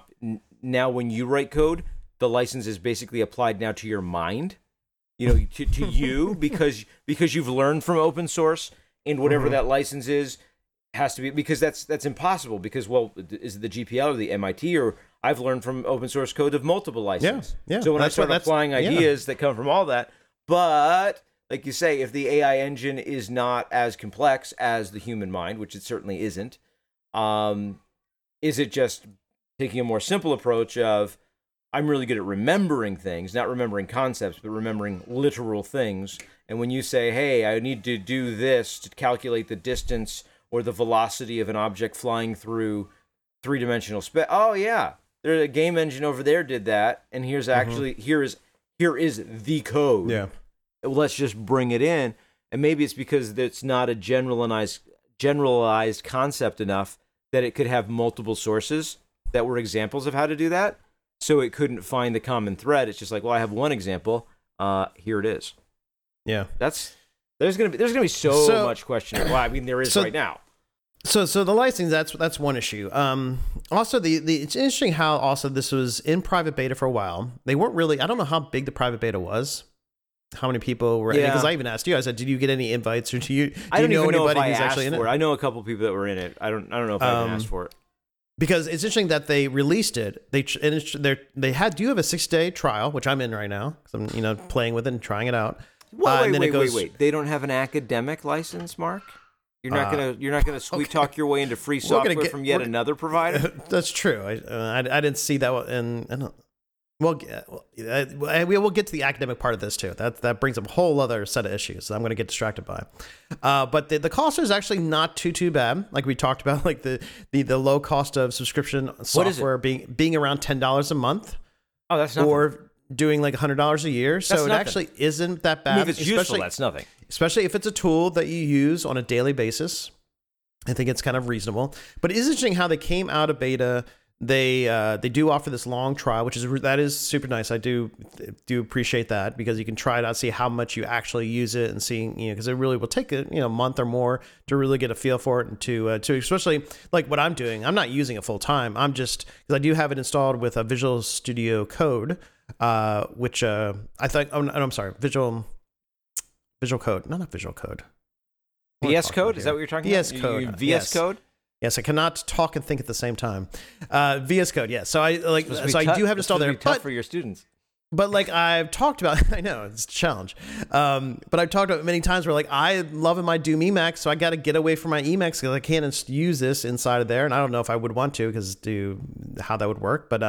when you write code, the license is basically applied now to your mind, you know, to you, because you've learned from open source, and whatever that license is has to be, because that's impossible, because, well, is it the GPL or the MIT, or I've learned from open source code of multiple licenses. So when I start applying ideas that come from all that, but like you say, if the AI engine is not as complex as the human mind, which it certainly isn't, Is it just taking a more simple approach of, I'm really good at remembering things, not remembering concepts, but remembering literal things. And when you say, hey, I need to do this to calculate the distance or the velocity of an object flying through three-dimensional space. Oh, yeah, there's a game engine over there did that. And here's actually, here is the code. Yeah. Let's just bring it in. And maybe it's because it's not a generalized concept enough that it could have multiple sources that were examples of how to do that. So it couldn't find the common thread. It's just like, well, I have one example. Here it is. Yeah. There's gonna be so much question. Well, I mean, there is right now. So the licensing, that's one issue. Also, it's interesting how also this was in private beta for a while. They weren't really. I don't know how big the private beta was. How many people were in it? Because I even asked you. I said, "Did you get any invites, or do you know anybody who's actually in it?" I know a couple people that were in it. I don't know if I even asked for it. Because it's interesting that they released it. They do have a 6-day trial, which I'm in right now because I'm playing with it and trying it out. Wait. They don't have an academic license, Mark? You're not gonna sweet talk your way into free software from yet another provider. That's true. I didn't see that, and we'll get to the academic part of this too. That brings up a whole other set of issues that I'm going to get distracted by. But the cost is actually not too bad. Like we talked about, like the low cost of subscription software being around $10 a month. Oh, that's nothing. Or doing like $100 a year. So it actually isn't that bad. I mean, if it's useful, that's nothing. Especially if it's a tool that you use on a daily basis. I think it's kind of reasonable. But it is interesting how they came out of beta. They do offer this long trial, that is super nice. I do appreciate that because you can try it out, see how much you actually use it, and seeing because it really will take a month or more to really get a feel for it, and to especially like what I'm doing. I'm not using it full time. I'm just because I do have it installed with a Visual Studio Code, which I thought. Oh no, I'm sorry, Visual Code, not Visual Code. VS Code? Is that what you're talking about? VS Code. VS Code? Yes, I cannot talk and think at the same time. VS Code, yes. So I do have it installed there. Tough for your students. But like I've talked about, I know it's a challenge. But I've talked about many times where like I love my Doom Emacs, so I got to get away from my Emacs because I can't use this inside of there, and I don't know if I would want to because how that would work. But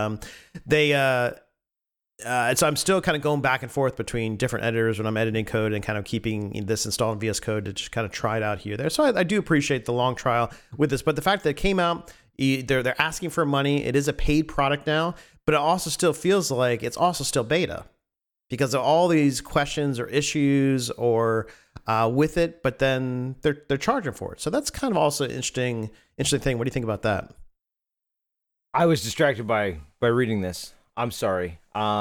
so I'm still kind of going back and forth between different editors when I'm editing code and kind of keeping this installed in VS Code to just kind of try it out here there. So I do appreciate the long trial with this, but the fact that it came out, they're asking for money. It is a paid product now, but it also still feels like it's also still beta because of all these questions or issues or with it, but then they're charging for it. So that's kind of also an interesting thing. What do you think about that? I was distracted by reading this. I'm sorry.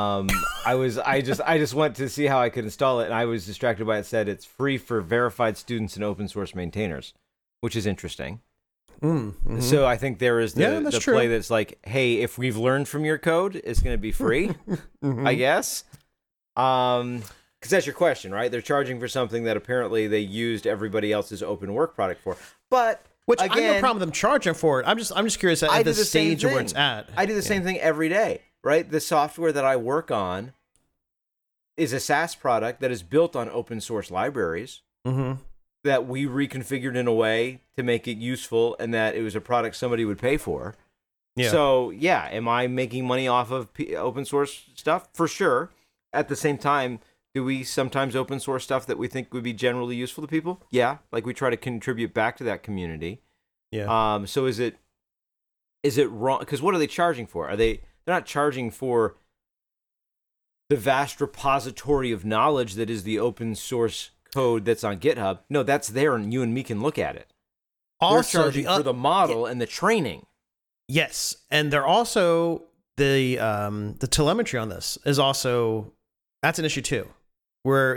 I just went to see how I could install it, and I was distracted by it said it's free for verified students and open source maintainers, which is interesting. Mm-hmm. So I think there is the play that's like, hey, if we've learned from your code, it's going to be free, mm-hmm. I guess. Because that's your question, right? They're charging for something that apparently they used everybody else's open work product for, but. Which again, I have no problem with them charging for it. I'm just curious at the stage where it's at. I do the same thing every day. Right? The software that I work on is a SaaS product that is built on open source libraries mm-hmm. that we reconfigured in a way to make it useful and that it was a product somebody would pay for. Yeah. So, yeah, am I making money off of open source stuff? For sure. At the same time, do we sometimes open source stuff that we think would be generally useful to people? Yeah. Like we try to contribute back to that community. Yeah. So is it wrong? Because what are they charging for? They're not charging for the vast repository of knowledge that is the open source code that's on GitHub. No, that's there, and you and me can look at it. Also, they're charging for the model and the training. Yes, and they're also the telemetry on this is also that's an issue too. Where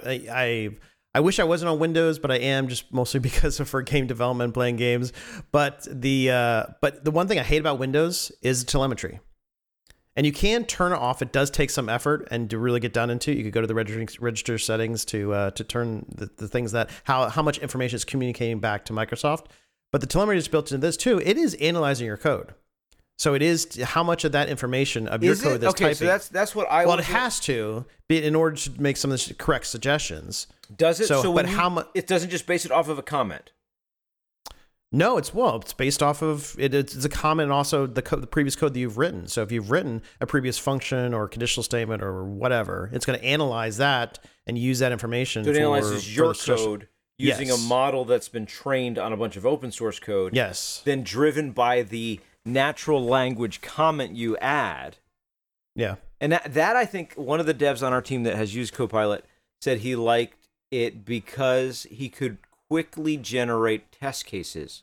I wish I wasn't on Windows, but I am just mostly because of for game development, playing games. But the one thing I hate about Windows is the telemetry. And you can turn it off. It does take some effort, and to really get down into it, you could go to the register settings to turn the things that how much information is communicating back to Microsoft. But the telemetry is built into this too. It is analyzing your code, so it is how much of that information of your code that's typing. So that's what I. Well, it has to be in order to make some of the correct suggestions. Does it? So but how much? It doesn't just base it off of a comment. No, it's based off of it. It's a comment, and also the previous code that you've written. So if you've written a previous function or conditional statement or whatever, it's going to analyze that and use that information. So it analyzes your code using Yes. a model that's been trained on a bunch of open source code. Yes. Then driven by the natural language comment you add. Yeah. And that I think one of the devs on our team that has used Copilot said he liked it because he could quickly generate test cases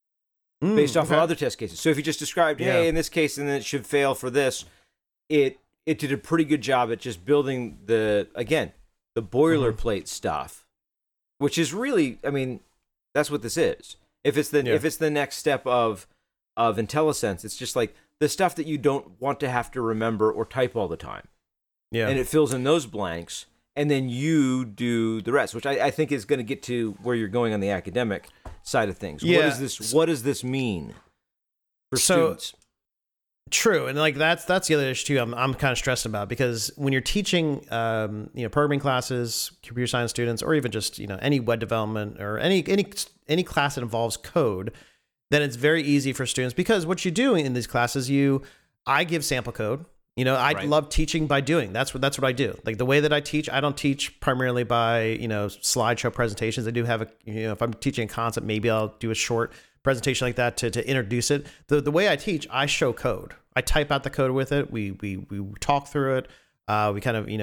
based off of other test cases. So if you just described, hey, in this case, and then it should fail for this, it did a pretty good job at just building the boilerplate stuff, which is really, I mean, that's what this is. If it's the next step of IntelliSense, it's just like the stuff that you don't want to have to remember or type all the time. Yeah. And it fills in those blanks, and then you do the rest, which I think is going to get to where you're going on the academic side of things. Yeah. What does this mean for students? True, and like that's the other issue too. I'm kind of stressed about, because when you're teaching, programming classes, computer science students, or even just any web development or any class that involves code, then it's very easy for students, because what you do in these classes, I give sample code. I love teaching by doing. That's what I do. Like the way that I teach, I don't teach primarily by, slideshow presentations. I do have if I'm teaching a concept, maybe I'll do a short presentation like that to introduce it. The way I teach, I show code. I type out the code with it. We talk through it. We kind of,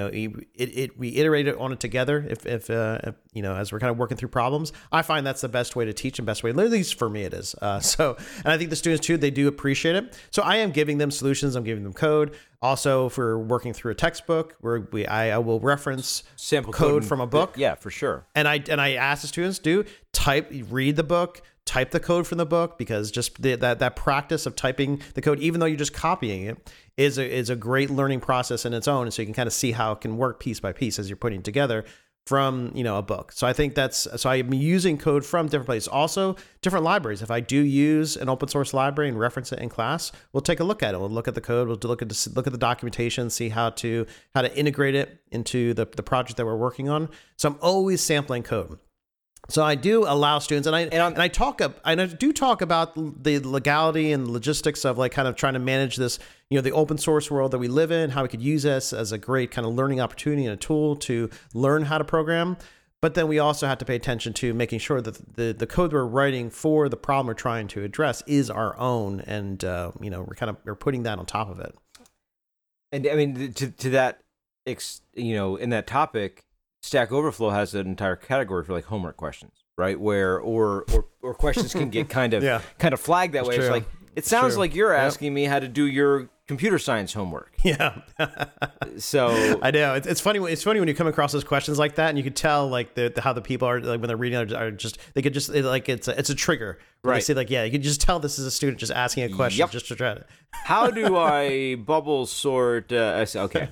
we iterate it on it together. If as we're kind of working through problems, I find that's the best way to teach and best way, at least for me, it is. And I think the students too, they do appreciate it. So I am giving them solutions. I'm giving them code. Also, for working through a textbook, where I will reference Sample code from a book. Yeah, for sure. And I ask the students read the book, type the code from the book, because just that practice of typing the code, even though you're just copying it, is a great learning process in its own. And so you can kind of see how it can work piece by piece as you're putting it together from a book. So I think so I'm using code from different places, also different libraries. If I do use an open source library and reference it in class, we'll take a look at it. We'll look at the code. We'll look at the documentation, see how to integrate it into the project that we're working on. So I'm always sampling code. So I do allow students, and I do talk about the legality and logistics of like kind of trying to manage this, the open source world that we live in, how we could use this as a great kind of learning opportunity and a tool to learn how to program. But then we also have to pay attention to making sure that the code we're writing for the problem we're trying to address is our own, and we're putting that on top of it. And I mean, to that, in that topic, Stack Overflow has an entire category for like homework questions, right? Where or questions can get kind of flagged that way. True. It's like, it sounds like you're asking me how to do your computer science homework. Yeah. So I know it's funny. It's funny when you come across those questions like that, and you could tell like how the people are, like when they're reading are just, they could just like it's a trigger. Right. They say like, you can just tell this is a student just asking a question just to try to. How do I bubble sort? Okay.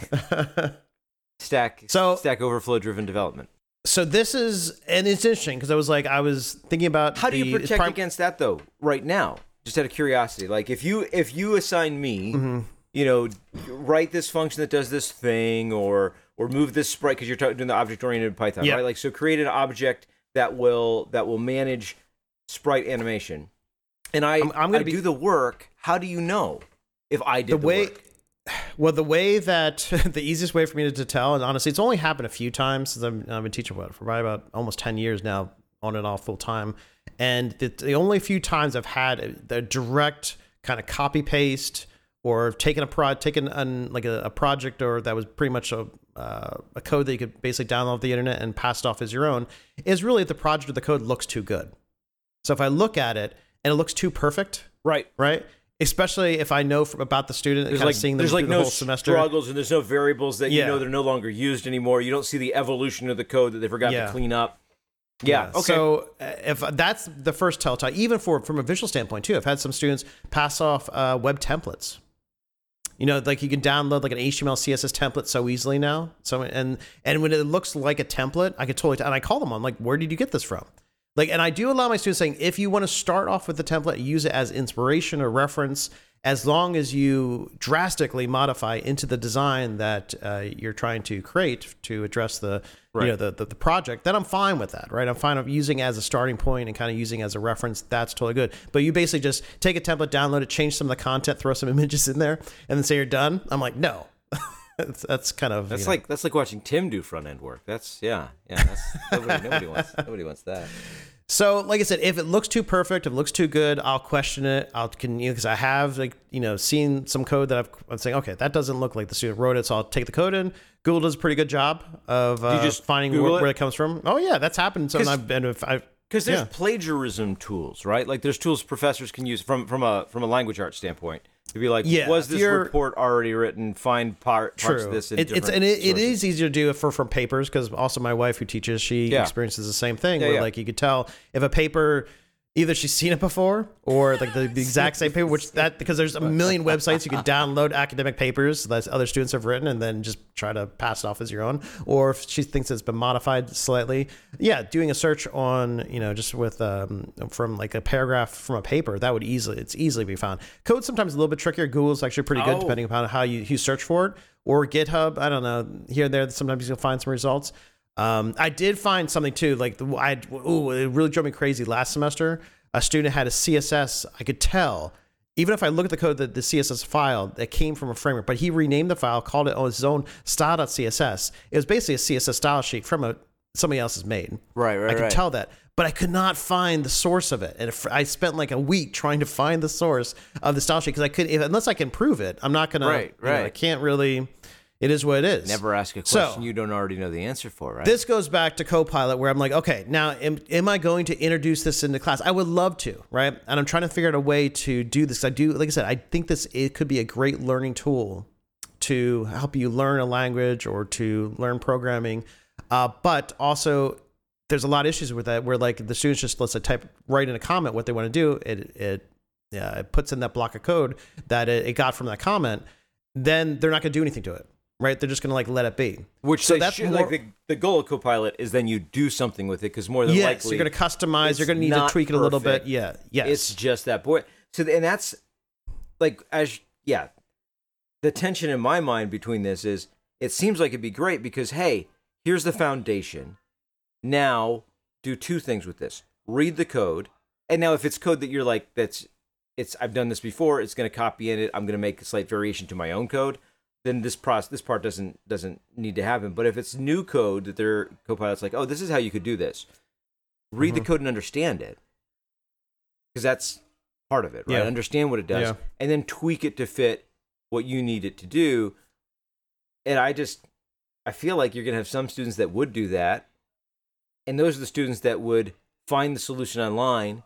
Stack Overflow driven development. So this is, and it's interesting because I was thinking about how do you protect against that though right now? Just out of curiosity, like if you assign me, write this function that does this thing, or move this sprite, because you're doing the object oriented Python, right? Like, so create an object that will manage sprite animation, and I'm going to do the work. How do you know if I did the work? Well, the way that the easiest way for me to tell, and honestly, it's only happened a few times since I've been teaching for probably about almost 10 years now, on and off full time. And the only few times I've had the direct kind of copy paste, or taken a project, or that was pretty much a code that you could basically download off the internet and pass it off as your own, is really if the project or the code looks too good. So if I look at it and it looks too perfect, right? Especially if I know about the student, and kind of seeing them through the whole semester. There's struggles, and there's no variables that they're no longer used anymore. You don't see the evolution of the code that they forgot to clean up. Yeah. Okay. So if that's the first telltale, even from a visual standpoint too, I've had some students pass off web templates. Like you can download like an HTML, CSS template so easily now. So and when it looks like a template, I could totally, and I call them on like, where did you get this from? Like, and I do allow my students saying, if you want to start off with the template, use it as inspiration or reference, as long as you drastically modify into the design that you're trying to create to address the, the project, then I'm fine with that, right? I'm fine with using it as a starting point and kind of using it as a reference. That's totally good. But you basically just take a template, download it, change some of the content, throw some images in there, and then say you're done. I'm like, no. That's kind of that's like watching Tim do front end work. That's nobody wants that. So, like I said, if it looks too perfect, if it looks too good, I'll question it. Because I have seen some code that I'm saying, okay, that doesn't look like the student wrote it. So I'll take the code in. Google does a pretty good job of just finding where it comes from. Oh yeah, that's happened. So because there's plagiarism tools, right? Like there's tools professors can use from a language arts standpoint. To be like, was this report already written? Find parts of this in different sources. It is easier to do from papers, because also my wife who teaches, she experiences the same thing. Where like you could tell if a paper, either she's seen it before or like the exact same paper, because there's a million websites you can download academic papers that other students have written and then just try to pass it off as your own. Or if she thinks it's been modified slightly, doing a search on, just with from like a paragraph from a paper, that would easily be found. Code sometimes a little bit trickier. Google's actually pretty good depending upon how you search for it, or GitHub. I don't know, here and there sometimes you'll find some results. I did find something too, like it really drove me crazy last semester. A student had a CSS. I could tell, even if I look at the code, that the CSS file that came from a framework, but he renamed the file, called it on his own style.css. It was basically a CSS style sheet from somebody else's made. Right. I could tell that, but I could not find the source of it. And I spent like a week trying to find the source of the style sheet, because I couldn't, unless I can prove it, I'm not going to, I can't really. It is what it is. Never ask a question you don't already know the answer for, right? This goes back to Copilot, where I'm like, okay, now am I going to introduce this into class? I would love to, right? And I'm trying to figure out a way to do this. Like I said, I think it could be a great learning tool to help you learn a language or to learn programming. But also, there's a lot of issues with that, where like the students just, let's say, write in a comment what they want to do. It puts in that block of code that it got from that comment. Then they're not going to do anything to it. Right, they're just going to like let it be. Like the goal of Copilot is then you do something with it, because more than likely you're going to customize. You're going to need to tweak it a little bit. Yeah, yes. It's just that boy. So and that's like the tension in my mind between this is, it seems like it'd be great because, hey, here's the foundation. Now do two things with this: read the code, and now if it's code that you're like I've done this before, it's going to copy in it. I'm going to make a slight variation to my own code. Then this part doesn't need to happen. But if it's new code that their Copilot's like, oh, this is how you could do this. Read the code and understand it, because that's part of it, right? Understand what it does, and then tweak it to fit what you need it to do. And I feel like you're gonna have some students that would do that, and those are the students that would find the solution online,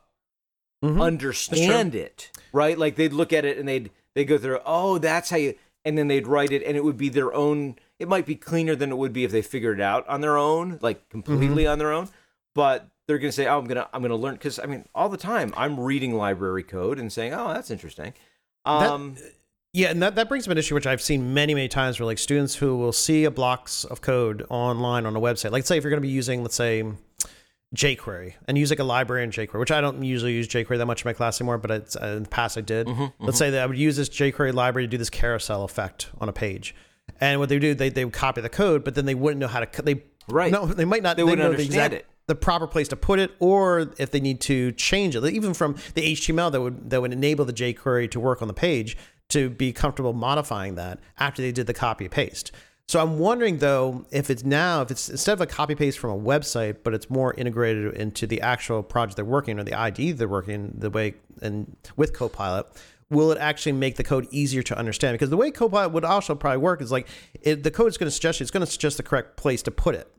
understand it, right? Like they'd look at it and they'd go through, oh, that's how you. And then they'd write it, and it would be their own. It might be cleaner than it would be if they figured it out on their own, like completely on their own. But they're going to say, "Oh, I'm gonna learn," because I mean, all the time I'm reading library code and saying, "Oh, that's interesting." And that brings up an issue which I've seen many times, where like students who will see a blocks of code online on a website. Like, say if you're going to be using, let's say, jQuery, and use like a library in jQuery, which I don't usually use jQuery that much in my class anymore, but it's, in the past I did. Let's say that I would use this jQuery library to do this carousel effect on a page. And what they do, they would copy the code, but then they wouldn't know how to, they might not, they wouldn't understand the proper place to put it, or if they need to change it, even from the HTML that would enable the jQuery to work on the page, to be comfortable modifying that after they did the copy paste. So I'm wondering, though, if it's instead of a copy paste from a website, but it's more integrated into the actual project they're working, or the IDE they're working the way, and with Copilot, will it actually make the code easier to understand? Because the way Copilot would also probably work is like the code is going to suggest it's going to suggest the correct place to put it.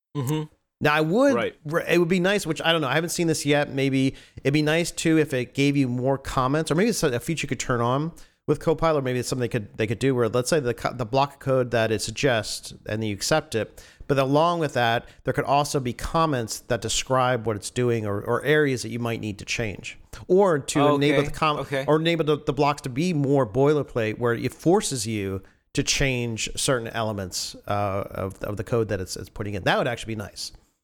Now it would be nice, which I don't know, I haven't seen this yet. Maybe it'd be nice too if it gave you more comments, or maybe it's a feature you could turn on with Copilot, or maybe it's something they could do where, let's say the block of code that it suggests and you accept it, but along with that, there could also be comments that describe what it's doing, or areas that you might need to change, or to enable or enable the blocks to be more boilerplate, where it forces you to change certain elements of the code that it's putting in. That would actually be nice.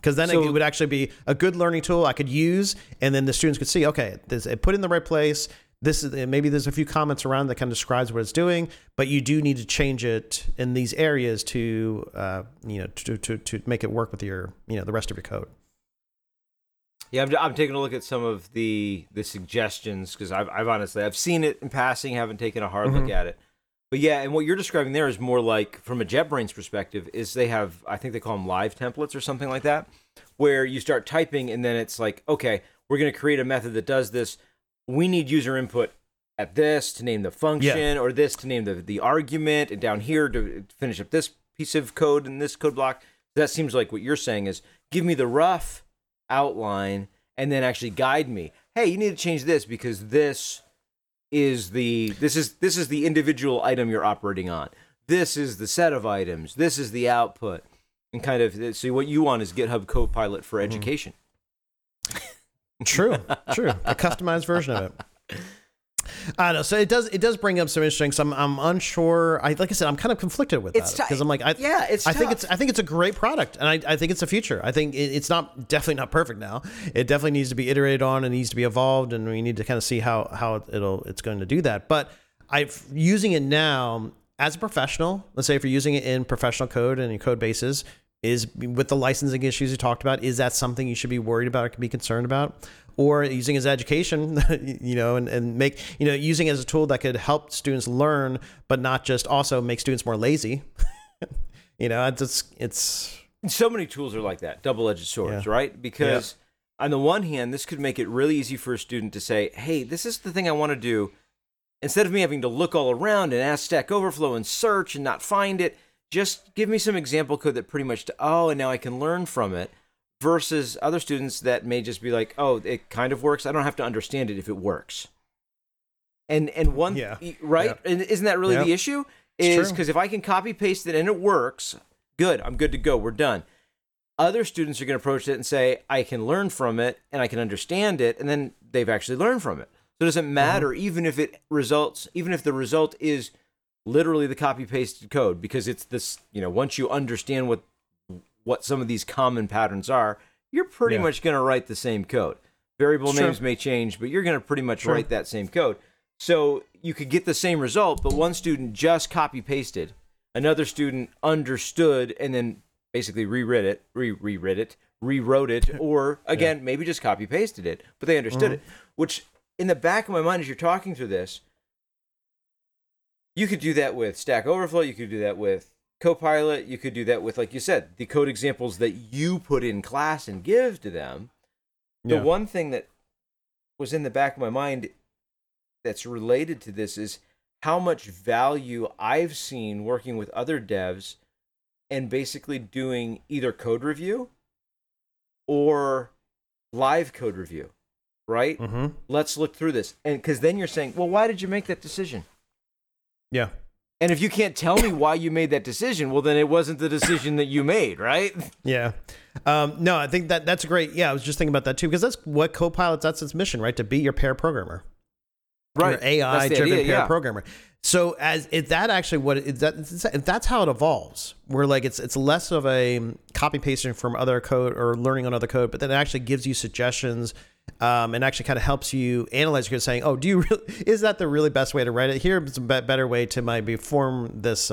Because then it would actually be a good learning tool I could use, and then the students could see, okay, it put in the right place. This is, maybe there's a few comments around that kind of describes what it's doing, but you do need to change it in these areas to to make it work with your the rest of your code. Yeah, I'm taking a look at some of the suggestions because I've honestly seen it in passing, haven't taken a hard look at it. But yeah, and what you're describing there is more like from a JetBrains perspective is they have, I think they call them live templates or something like that, where you start typing and then it's like, okay, we're going to create a method that does this. We need user input at this to name the function or this to name the argument, and down here to finish up this piece of code in this code block. That seems like what you're saying is give me the rough outline and then actually guide me. Hey, you need to change this because this is the individual item you're operating on. This is the set of items. This is the output. And kind of so what you want is GitHub Copilot for education. True. A customized version of it. I don't know. So it does bring up some interesting. So I'm unsure. Like I said, I'm kind of conflicted with that because I'm like, I think it's a great product, and I think it's the future. I think it's definitely not perfect now. It definitely needs to be iterated on and needs to be evolved, and we need to kind of see how it's going to do that. But using it now as a professional. Let's say if you're using it in professional code and your code bases. Is with the licensing issues you talked about, is that something you should be worried about or can be concerned about? Or using it as education, and make, using it as a tool that could help students learn, but not just also make students more lazy. It's so many tools are like that, double-edged swords, right? Because on the one hand, this could make it really easy for a student to say, hey, this is the thing I want to do. Instead of me having to look all around and ask Stack Overflow and search and not find it, just give me some example code that pretty much, and now I can learn from it, versus other students that may just be like, oh, it kind of works. I don't have to understand it if it works. And right? Yeah. And isn't that really the issue? Is because if I can copy paste it and it works, good, I'm good to go, we're done. Other students are going to approach it and say, I can learn from it and I can understand it, and then they've actually learned from it. So it doesn't matter even if the result is literally the copy pasted code, because it's this, once you understand what some of these common patterns are, you're pretty much going to write the same code. Variable names may change, but you're going to pretty much write that same code. So you could get the same result, but one student just copy pasted, another student understood and then basically rewrote it, or again, maybe just copy pasted it, but they understood it, which in the back of my mind as you're talking through this, you could do that with Stack Overflow. You could do that with Copilot. You could do that with, like you said, the code examples that you put in class and give to them. The one thing that was in the back of my mind that's related to this is how much value I've seen working with other devs and basically doing either code review or live code review, right? Let's look through this. And because then you're saying, well, why did you make that decision? Yeah. And if you can't tell me why you made that decision, well, then it wasn't the decision that you made, right? Yeah. No, I think that's great. Yeah, I was just thinking about that too, because that's what Copilot's, that's its mission, right? To be your pair programmer. Right. Your AI-driven pair programmer. So that's how it evolves. Where like it's less of a copy pasting from other code or learning on other code, but then it actually gives you suggestions. And actually kind of helps you analyze your code, saying, "Oh, is that the really best way to write it? Here's a better way to maybe form this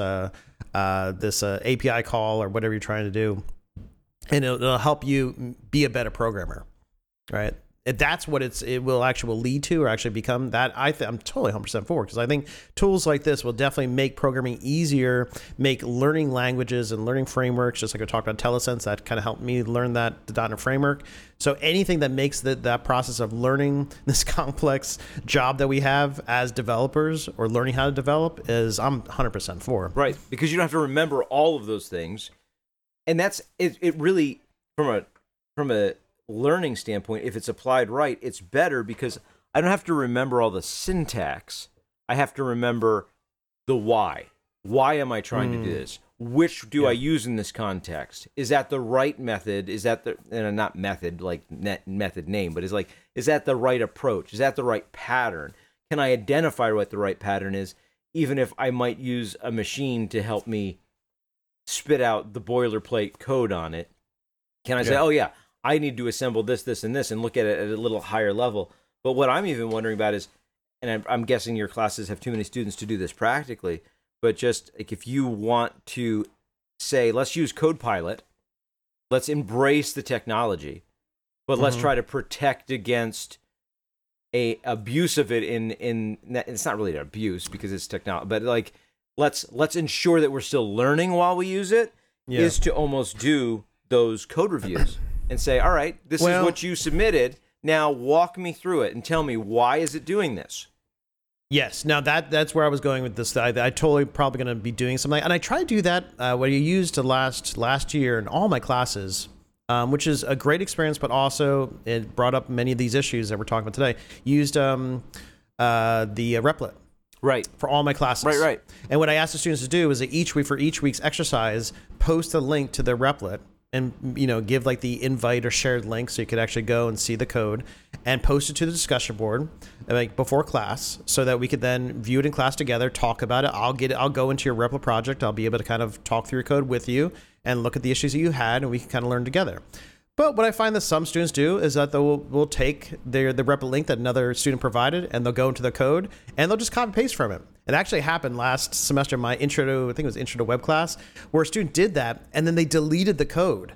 API call or whatever you're trying to do," and it'll help you be a better programmer, right? If that's what it will actually lead to or actually become, that I'm totally 100% for, because I think tools like this will definitely make programming easier, make learning languages and learning frameworks, just like I talked about IntelliSense, that kind of helped me learn the .NET framework. So anything that makes that process of learning this complex job that we have as developers or learning how to develop I'm 100% for. Right, because you don't have to remember all of those things. And that's it really, from a learning standpoint, if it's applied right, it's better because I don't have to remember all the syntax. I have to remember the why. Why am I trying to do this? Which do I use in this context? Is that the right method? Is that not method like method name, but is that the right approach? Is that the right pattern? Can I identify what the right pattern is, even if I might use a machine to help me spit out the boilerplate code on it? Can I say, oh yeah, I need to assemble this, this, and this, and look at it at a little higher level? But what I'm even wondering about is, and I'm guessing your classes have too many students to do this practically, but just like if you want to say, let's use CodePilot, let's embrace the technology, but let's try to protect against a abuse of it in it's not really an abuse because it's technology, but like let's ensure that we're still learning while we use it, is to almost do those code reviews and say, all right, this is what you submitted. Now walk me through it and tell me, why is it doing this? Yes. Now that's where I was going with this. I totally probably going to be doing something, and I try to do that. What I used to last year in all my classes, which is a great experience, but also it brought up many of these issues that we're talking about today. Used the Replit. Right. For all my classes. Right. And what I asked the students to do is that for each week's exercise, post a link to the Replit and, give like the invite or shared link so you could actually go and see the code, and post it to the discussion board like before class so that we could then view it in class together, talk about it. I'll go into your Replit project. I'll be able to kind of talk through your code with you and look at the issues that you had, and we can kind of learn together. But what I find that some students do is that they'll take the Replit link that another student provided, and they'll go into the code and they'll just copy paste from it. It actually happened last semester in my intro to web class, where a student did that and then they deleted the code.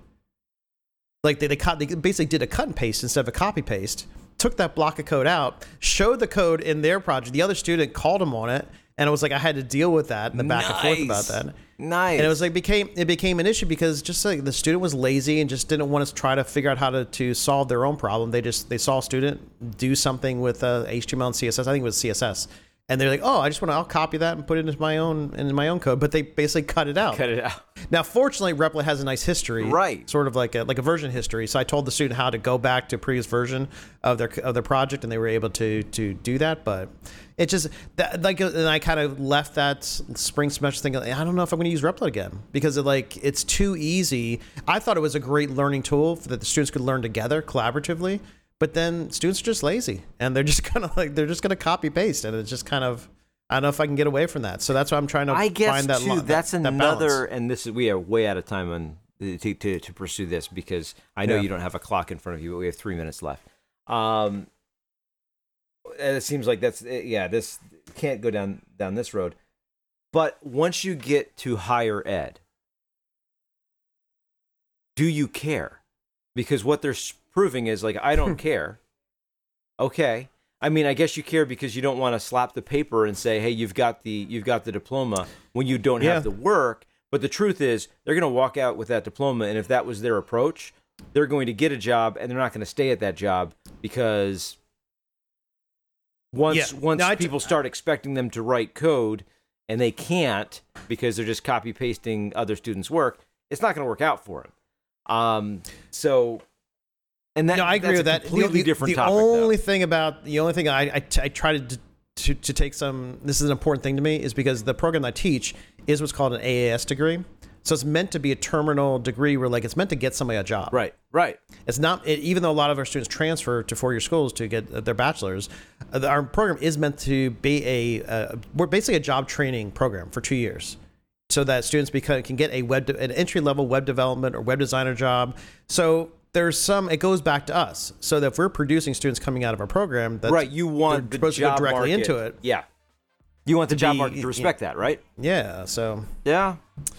Like they basically did a cut and paste instead of a copy paste, took that block of code out, showed the code in their project. The other student called them on it, and it was like I had to deal with that and the back and forth about that. Nice. And it was like it became an issue because just like the student was lazy and just didn't want to try to figure out how to solve their own problem. They saw a student do something with HTML and CSS. I think it was CSS. And they're like, oh, I'll copy that and put it into my own code. But they basically cut it out. Now, fortunately, Replit has a nice history, right? Sort of like a version history. So I told the student how to go back to a previous version of their project, and they were able to do that. But it just and I kind of left that spring semester thinking, I don't know if I'm going to use Replit again because it's too easy. I thought it was a great learning tool that the students could learn together collaboratively. But then students are just lazy, and they're just gonna copy paste, and it's just kind of, I don't know if I can get away from that. So that's why I'm trying to find that. That's another, balance. And this is, we are way out of time on to pursue this because I know you don't have a clock in front of you, but we have 3 minutes left. It seems like this can't go down this road. But once you get to higher ed, do you care? Because what they're proving is like, I don't care. Okay. I mean, I guess you care because you don't want to slap the paper and say, hey, you've got the diploma when you don't have the work. But the truth is they're going to walk out with that diploma. And if that was their approach, they're going to get a job and they're not going to stay at that job because once people start expecting them to write code and they can't because they're just copy pasting other students' work, it's not going to work out for them. And that, I agree with that. Completely different topic. The only thing I try to take some. This is an important thing to me, is because the program I teach is what's called an AAS degree. So it's meant to be a terminal degree where it's meant to get somebody a job. Right. It's not, even though a lot of our students transfer to four-year schools to get their bachelor's, our program is meant to be we're basically a job training program for 2 years, so that students can get an entry-level web development or web designer job. So it goes back to us. So that if we're producing students coming out of our program, you want the supposed job to go directly market, into it. Yeah. You want the job market to respect that, right? Yeah. So. Yeah.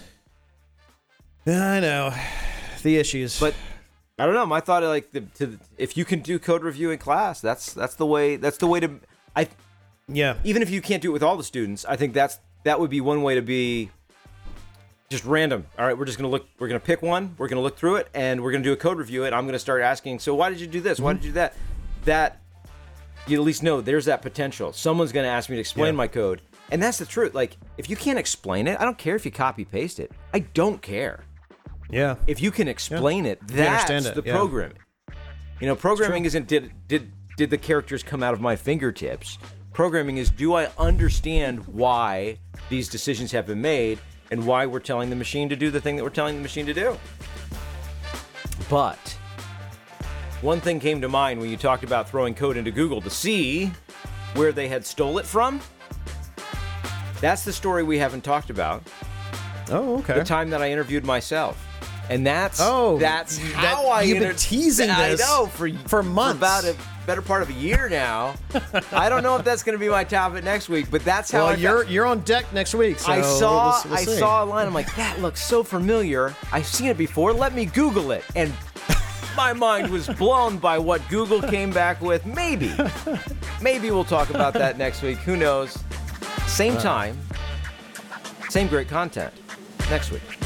I know the issues, but I don't know. My thought, if you can do code review in class, that's the way. That's the way to. Even if you can't do it with all the students, I think that would be one way to be. Just random. All right, we're gonna pick one. We're gonna look through it, and we're gonna do a code review. And I'm gonna start asking. So why did you do this? Why did you do that? That you at least know there's that potential. Someone's gonna ask me to explain my code, and that's the truth. If you can't explain it, I don't care if you copy paste it. I don't care. Yeah. If you can explain it, that's the programming. Programming isn't did the characters come out of my fingertips. Programming is, do I understand why these decisions have been made and why we're telling the machine to do the thing that we're telling the machine to do. But one thing came to mind when you talked about throwing code into Google to see where they had stole it from. That's the story we haven't talked about. Oh, okay. The time that I interviewed myself. And that's how you've been teasing this. I know for months, for about a better part of a year now. I don't know if that's going to be my topic next week, but that's how. Well, you're on deck next week. So I saw we'll see. a line. I'm like, that looks so familiar. I've seen it before. Let me Google it. And my mind was blown by what Google came back with. Maybe we'll talk about that next week. Who knows? Same time, same great content next week.